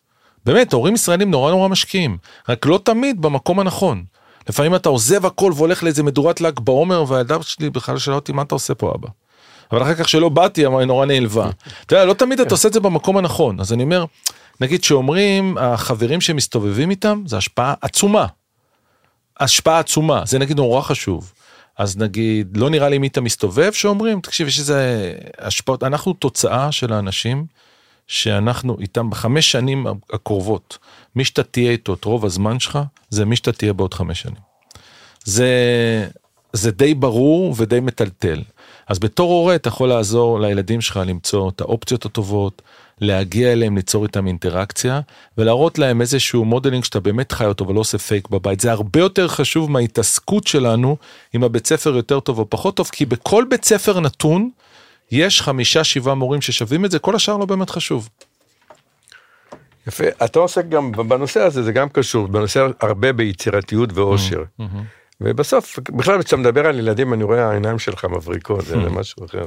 באמת, הורים ישראלים נורא נורא משקיעים, רק לא תמיד במקום הנכון. לפעמים אתה עוזב הכל והולך לאיזה מדורת ל"ג בעומר, והילדה שלי בכלל שאלה אותי, מה אתה עושה פה אבא? אבל אחר כך שלא באתי, היא נורא נעלבה. אתה יודע, לא תמיד אתה עושה את זה במקום הנכון. אז אני אומר, נגיד שאומרים, החברים שמסתובבים איתם, זה השפעה עצומה. השפעה עצומה, זה נגיד נורא חשוב. אז נגיד, לא נראה לי מי אתה מסתובב, שאומרים, תקשיב, יש איזה השפעות, אנחנו תוצאה של האנשים, שאנחנו איתם בחמש שנים הקרובות, מי שאתה תהיה איתו את רוב הזמן שלך, זה מי שאתה תהיה בעוד חמש שנים. זה, זה די ברור ודי מטלטל. אז בתור הורה אתה יכול לעזור לילדים שלך למצוא את האופציות הטובות, להגיע אליהם, ליצור איתם אינטראקציה, ולהראות להם איזשהו מודלינג שאתה באמת חי אותו ולא עושה פייק בבית. זה הרבה יותר חשוב מההתעסקות שלנו, אם הבית ספר יותר טוב או פחות טוב, כי בכל בית ספר נתון, יש חמישה, שבעה מורים ששווים את זה, כל השאר לא באמת חשוב. יפה, אתה עוסק גם בנושא הזה, זה גם קשור, בנושא הרבה ביצירתיות ואושר. ובסוף, בכלל כשאתה מדבר על ילדים, אני רואה העיניים שלך מבריקות, זה משהו אחר.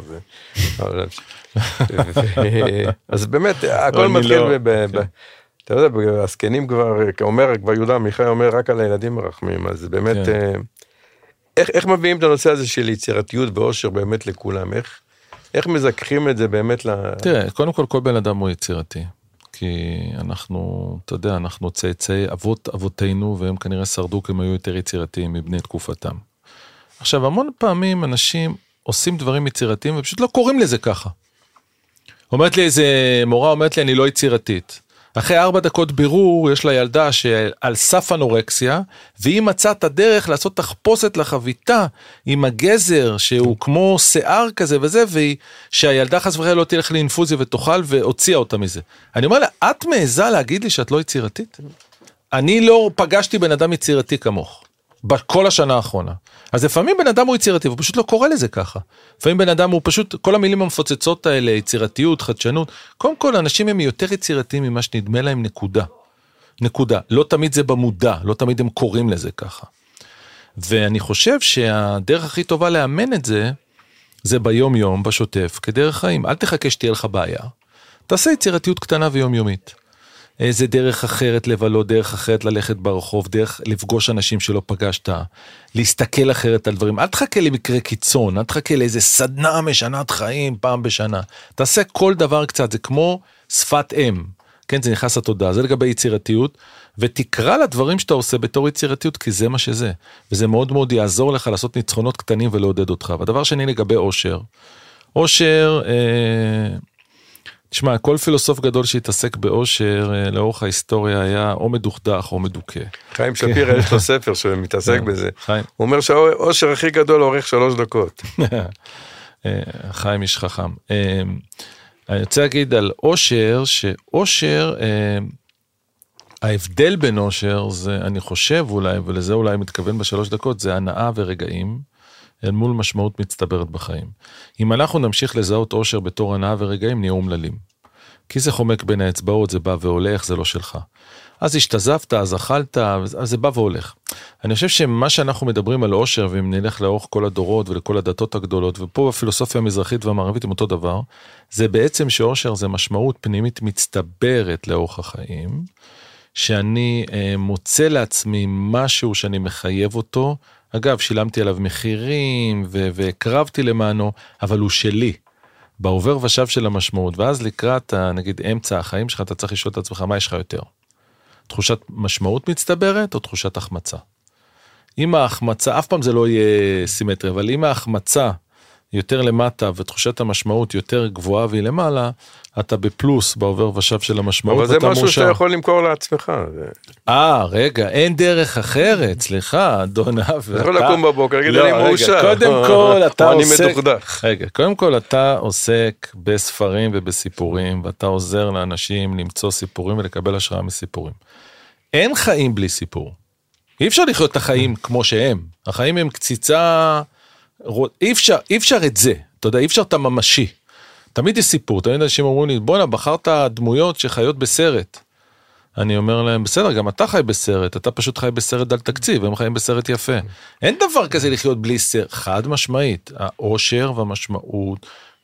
אז באמת, הכל מתחיל, אתה יודע, הזקנים כבר, אומר, כבר יהודה עמיחי אומר, רק על הילדים מרחמים, אז באמת, איך מביאים את הנושא הזה של יצירתיות ואושר באמת לכולם? איך? איך מזכחים את זה באמת ל... תראה, קודם כל, כל בן אדם הוא יצירתי. כי אנחנו, אתה יודע, אנחנו צאצאי אבות אבותינו, והם כנראה שרדו כי הם היו יותר יצירתיים מבני תקופתם. עכשיו, המון פעמים אנשים עושים דברים יצירתיים, ופשוט לא קוראים לזה ככה. אומרת לי איזה מורה, אומרת לי, אני לא יצירתית. אחרי ארבע דקות בירור, יש לה ילדה שעל סף אנורקסיה, והיא מצאה את הדרך לעשות תחפושת לחביתה, עם הגזר, שהוא כמו שיער כזה וזה, והיא, שהילדה חס וחלילה לא תלך לאינפוזיה ותאכל, והוציאה אותה מזה. אני אומר לה, את מעיזה להגיד לי שאת לא יצירתית? אני לא פגשתי בן אדם יצירתי כמוך, בכל השנה האחרונה. אז לפעמים בן אדם הוא יצירתי, הוא פשוט לא קורא לזה ככה. לפעמים בן אדם הוא פשוט, כל המילים המפוצצות האלה, יצירתיות, חדשנות, קודם כל, אנשים הם יותר יצירתיים ממה שנדמה להם נקודה. נקודה. לא תמיד זה במודע, לא תמיד הם קוראים לזה ככה. ואני חושב שהדרך הכי טובה לאמן את זה, זה ביום יום, בשוטף, כדרך חיים. אל תחכה שתהיה לך בעיה. תעשה יצירתיות קטנה ויומיומית. איזה דרך אחרת לבלות, דרך אחרת ללכת ברחוב, דרך לפגוש אנשים שלא פגשת, להסתכל אחרת על דברים. אל תחכה למקרה קיצון, אל תחכה לאיזה סדנה משנת חיים פעם בשנה. תעשה כל דבר קצת, זה כמו שפת אם. כן, זה נכנס לתודעה, זה לגבי יצירתיות, ותקרא לדברים שאתה עושה בתור יצירתיות, כי זה מה שזה. וזה מאוד מאוד יעזור לך לעשות ניצחונות קטנים ולעודד אותך. והדבר שני לגבי אושר. אושר... אה... תשמע, כל פילוסוף גדול שהתעסק באושר לאורך ההיסטוריה היה או מדוכדך או מדוכא. חיים שפירא יש לו ספר שמתעסק בזה. הוא אומר שהאושר הכי גדול אורך שלוש דקות. חיים איש חכם. אני רוצה להגיד על אושר, שאושר, ההבדל בין אושר, זה אני חושב אולי, ולזה אולי מתכוון בשלוש דקות, זה הנאה ורגעים. אל מול משמעות מצטברת בחיים. אם אנחנו נמשיך לזהות אושר בתור הנאה ורגעים, נהיה אומללים. כי זה חומק בין האצבעות, זה בא והולך, זה לא שלך. אז השתזפת, אז אכלת, אז זה בא והולך. אני חושב שמה שאנחנו מדברים על אושר, ואם נלך לאורך כל הדורות ולכל הדתות הגדולות, ופה בפילוסופיה המזרחית והמערבית עם אותו דבר, זה בעצם שאושר זה משמעות פנימית מצטברת לאורך החיים, שאני אה, מוצא לעצמי משהו שאני מחייב אותו, אגב, שילמתי עליו מחירים והקרבתי למענו, אבל הוא שלי, בעובר ושב של המשמעות, ואז לקראת, נגיד, אמצע החיים שלך, אתה צריך לשאול את עצמך, מה יש לך יותר? תחושת משמעות מצטברת או תחושת החמצה? אם ההחמצה, אף פעם זה לא יהיה סימטרי, אבל אם ההחמצה יותר למטה ותחושת המשמעות יותר גבוהה והיא למעלה, אתה בפלוס בעובר ושב של המשמעות. אבל זה משהו שאתה יכול למכור לעצמך. אה, רגע, אין דרך אחרת, סליחה, אדון אבי. אתה יכול לקום בבוקר, להגיד אני מאושר. קודם כל אתה עוסק, מדוכדך. רגע, קודם כל אתה עוסק בספרים ובסיפורים, ואתה עוזר לאנשים למצוא סיפורים ולקבל השראה מסיפורים. אין חיים בלי סיפור. אי אפשר לחיות את החיים כמו שהם. החיים הם קציצה, אי אפשר, אי אפשר את זה. אתה יודע, אי אפשר את הממשי. תמיד יש סיפור, תמיד אנשים אומרים לי, בוא'נה, בחרת דמויות שחיות בסרט. אני אומר להם, בסדר, גם אתה חי בסרט, אתה פשוט חי בסרט דל תקציב, הם חיים בסרט יפה. אין דבר כזה לחיות בלי סרט, חד משמעית, האושר והמשמעות,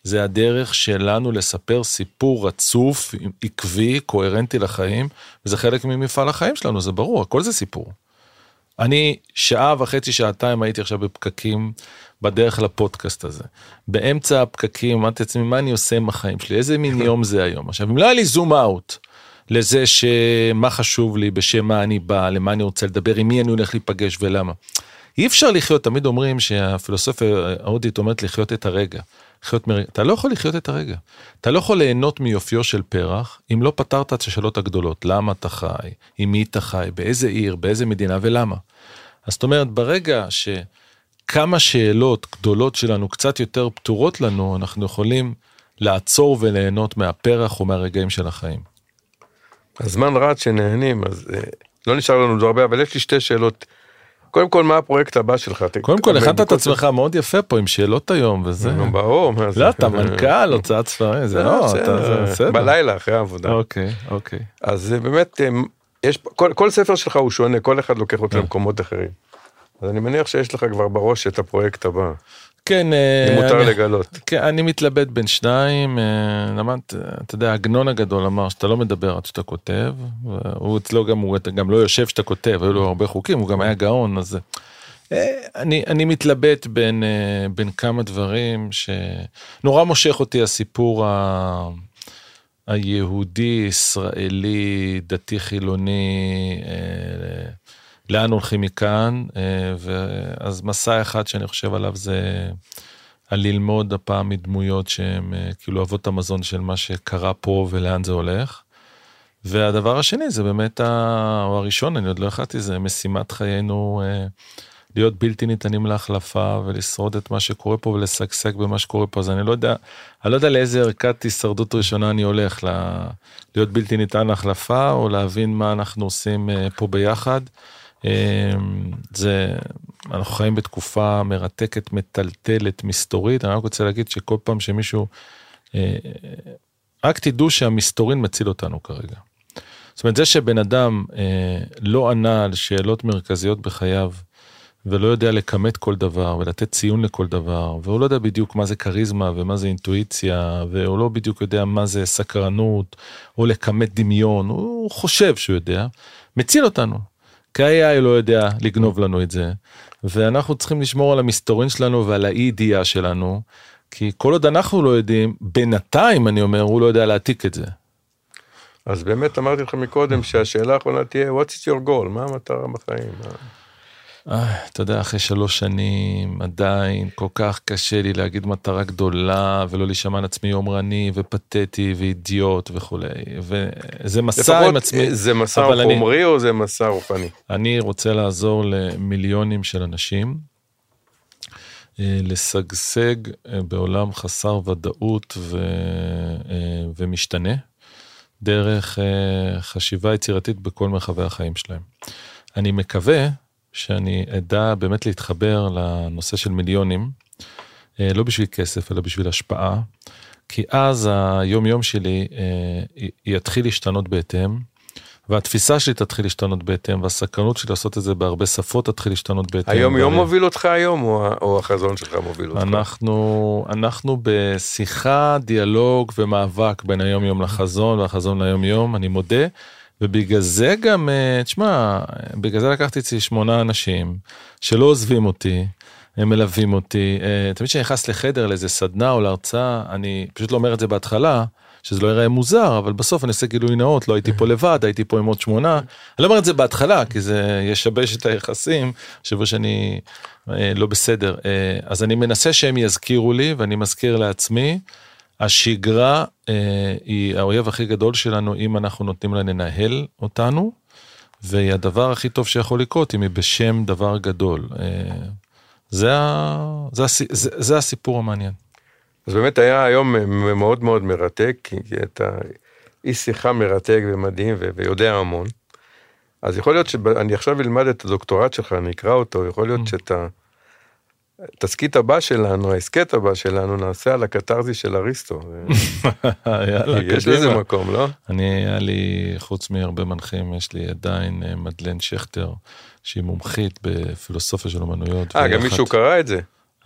זה הדרך שלנו לספר סיפור רצוף, עקבי, קוהרנטי לחיים, וזה חלק ממפעל החיים שלנו, זה ברור, הכל זה סיפור. אני שעה וחצי, שעתיים הייתי עכשיו בפקקים, בדרך לפודקאסט הזה. באמצע הפקקים, אמרתי לעצמי, מה אני עושה עם החיים שלי? איזה מין יום זה היום? עכשיו, אם לא היה לי זום אאוט, לזה שמה חשוב לי, בשם מה אני בא, למה אני רוצה לדבר, עם מי אני הולך להיפגש ולמה. אי אפשר לחיות, תמיד אומרים שהפילוסופיה ההודית אומרת לחיות את הרגע. לחיות מרגע. אתה לא יכול לחיות את הרגע. אתה לא יכול ליהנות מיופיו של פרח, אם לא פתרת את השאלות הגדולות. למה אתה חי? עם מי אתה חי? באיזה עיר? באיזה מדינה? ולמה? אז זאת אומרת, ברגע שכמה שאלות גדולות שלנו קצת יותר פתורות לנו, אנחנו יכולים לעצור וליהנות מהפרח או מהרגעים של החיים. הזמן רץ שנהנים, אז לא נשאר לנו הרבה, אבל יש לי שתי שאלות. קודם כל, מה הפרויקט הבא שלך? קודם כל, הכנת את עצמך מאוד יפה פה עם שאלות היום וזה. ברור. לא, אתה מנכ"ל, הוצאת ספרים, זה לא, אתה בסדר. בלילה אחרי העבודה. אוקיי, אוקיי. אז באמת, כל ספר שלך הוא שונה, כל אחד לוקח אותך למקומות אחרים. אז אני מניח שיש לך כבר בראש את הפרויקט הבא. כן. אם מותר לגלות. כן, אני מתלבט בין שניים, למדת, אתה יודע, הגנון הגדול אמר שאתה לא מדבר עד שאתה כותב, הוא אצלו גם, הוא גם לא יושב שאתה כותב, היו לו הרבה חוקים, הוא גם היה גאון, אז אני, אני מתלבט בין, בין כמה דברים שנורא מושך אותי הסיפור ה... היהודי, ישראלי, דתי חילוני, לאן הולכים מכאן, ואז מסע אחד שאני חושב עליו זה על ללמוד הפעם מדמויות שהן כאילו אבות המזון של מה שקרה פה ולאן זה הולך. והדבר השני זה באמת הראשון, אני עוד לא החלטתי, זה משימת חיינו להיות בלתי ניתנים להחלפה ולשרוד את מה שקורה פה ולסגסג במה שקורה פה. אז אני לא יודע, אני לא יודע לאיזה ערכת הישרדות ראשונה אני הולך, להיות בלתי ניתן להחלפה או להבין מה אנחנו עושים פה ביחד. זה, אנחנו חיים בתקופה מרתקת, מטלטלת, מסתורית. אני רק רוצה להגיד שכל פעם שמישהו, רק תדעו שהמסתורין מציל אותנו כרגע. זאת אומרת, זה שבן אדם לא ענה על שאלות מרכזיות בחייו, ולא יודע לקמת כל דבר, ולתת ציון לכל דבר, והוא לא יודע בדיוק מה זה קריזמה, ומה זה אינטואיציה, והוא לא בדיוק יודע מה זה סקרנות, או לקמת דמיון, הוא חושב שהוא יודע, מציל אותנו. כי ה-איי איי לא יודע לגנוב לנו את זה, ואנחנו צריכים לשמור על המסתורין שלנו, ועל האי-ידיעה שלנו, כי כל עוד אנחנו לא יודעים, בינתיים אני אומר, הוא לא יודע להעתיק את זה. אז באמת אמרתי לך מקודם, שהשאלה האחרונה תהיה, what's your goal? מה המטרה בחיים? אתה יודע, אחרי שלוש שנים, עדיין כל כך קשה לי להגיד מטרה גדולה, ולא להישמע על עצמי יומרני, ופתטי, ואידיוט וכו'. וזה מסע עם עצמי. זה מסע חומרי או זה מסע רוחני? אני רוצה לעזור למיליונים של אנשים, לשגשג בעולם חסר ודאות ומשתנה, דרך חשיבה יצירתית בכל מרחבי החיים שלהם. אני מקווה שאני אדע באמת להתחבר לנושא של מיליונים, לא בשביל כסף, אלא בשביל השפעה, כי אז היום יום שלי יתחיל להשתנות בהתאם, והתפיסה שלי תתחיל להשתנות בהתאם, והסקרנות שלי לעשות את זה בהרבה שפות תתחיל להשתנות בהתאם. היום יום מוביל אותך היום, או החזון שלך מוביל אותך? אנחנו, אנחנו בשיחה, דיאלוג ומאבק בין היום יום לחזון, והחזון ליום יום, אני מודה, ובגלל זה גם, תשמע, בגלל זה לקחתי אצלי שמונה אנשים, שלא עוזבים אותי, הם מלווים אותי, תמיד שאני נכנס לחדר, לאיזה סדנה או להרצאה, אני פשוט לא אומר את זה בהתחלה, שזה לא יראה מוזר, אבל בסוף אני עושה גילוי נאות, לא הייתי פה לבד, הייתי פה עם עוד שמונה, אני לא אומר את זה בהתחלה, כי זה ישבש את היחסים, שבו שאני לא בסדר, אז אני מנסה שהם יזכירו לי, ואני מזכיר לעצמי, השגרה היא האויב הכי גדול שלנו, אם אנחנו נותנים לה לנהל אותנו, והיא הדבר הכי טוב שיכול לקרות, אם היא בשם דבר גדול. זה, זה, זה, זה הסיפור המעניין. אז באמת היה היום מאוד מאוד מרתק, כי אתה איש שיחה מרתק ומדהים ויודע המון. אז יכול להיות שאני עכשיו אלמד את הדוקטורט שלך, אני אקרא אותו, יכול להיות שאתה, תסקית הבא שלנו, העסקת הבא שלנו, נעשה על הקטרזי של אריסטו. יאללה, יש לזה מקום, לא? אני, היה לי, חוץ מהרבה מנחים, יש לי עדיין מדלן שכטר, שהיא מומחית בפילוסופיה של אומנויות. אה, גם מישהו קרא את זה?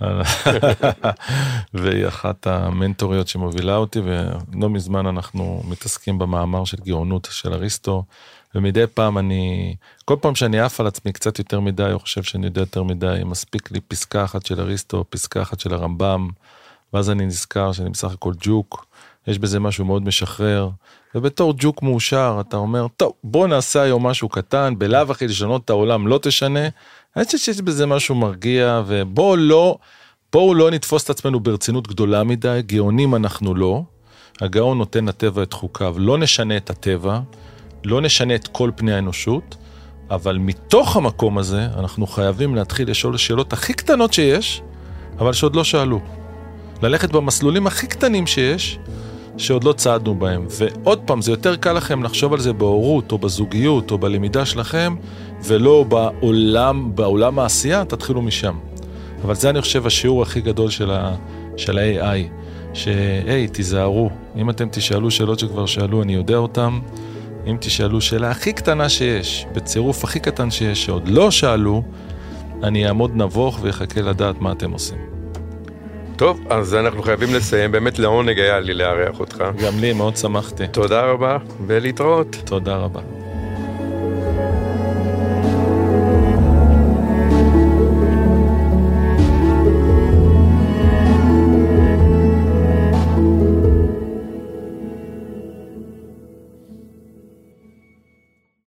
והיא אחת המנטוריות שמובילה אותי, ולא מזמן אנחנו מתעסקים במאמר של גאונות של אריסטו, ומדי פעם אני, כל פעם שאני עף על עצמי קצת יותר מדי, או חושב שאני יודע יותר מדי, מספיק לי פסקה אחת של אריסטו, פסקה אחת של הרמב"ם, ואז אני נזכר שאני בסך הכל ג'וק, יש בזה משהו מאוד משחרר, ובתור ג'וק מאושר, אתה אומר, טוב, בוא נעשה היום משהו קטן, בלאו הכי לשנות את העולם לא תשנה, אני חושב שיש בזה משהו מרגיע, ובואו לא, בואו לא נתפוס את עצמנו ברצינות גדולה מדי, גאונים אנחנו לא, הגאון נותן לטבע את חוקיו, לא נשנה את הטבע, לא נשנה את כל פני האנושות, אבל מתוך המקום הזה, אנחנו חייבים להתחיל לשאול שאלות הכי קטנות שיש, אבל שעוד לא שאלו. ללכת במסלולים הכי קטנים שיש, שעוד לא צעדנו בהם. ועוד פעם, זה יותר קל לכם לחשוב על זה בהורות, או בזוגיות, או בלמידה שלכם, ולא בעולם, בעולם העשייה, תתחילו משם. אבל זה אני חושב השיעור הכי גדול של ה, של ה-איי איי, שהי, תיזהרו, אם אתם תשאלו שאלות שכבר שאלו, אני יודע אותם, אם תשאלו שאלה הכי קטנה שיש, בצירוף הכי קטן שיש, שעוד לא שאלו, אני אעמוד נבוך ויחכה לדעת מה אתם עושים. טוב, אז אנחנו חייבים לסיים, באמת לעונג היה לי לארח אותך. גם לי, מאוד שמחתי. תודה רבה, ולהתראות. תודה רבה.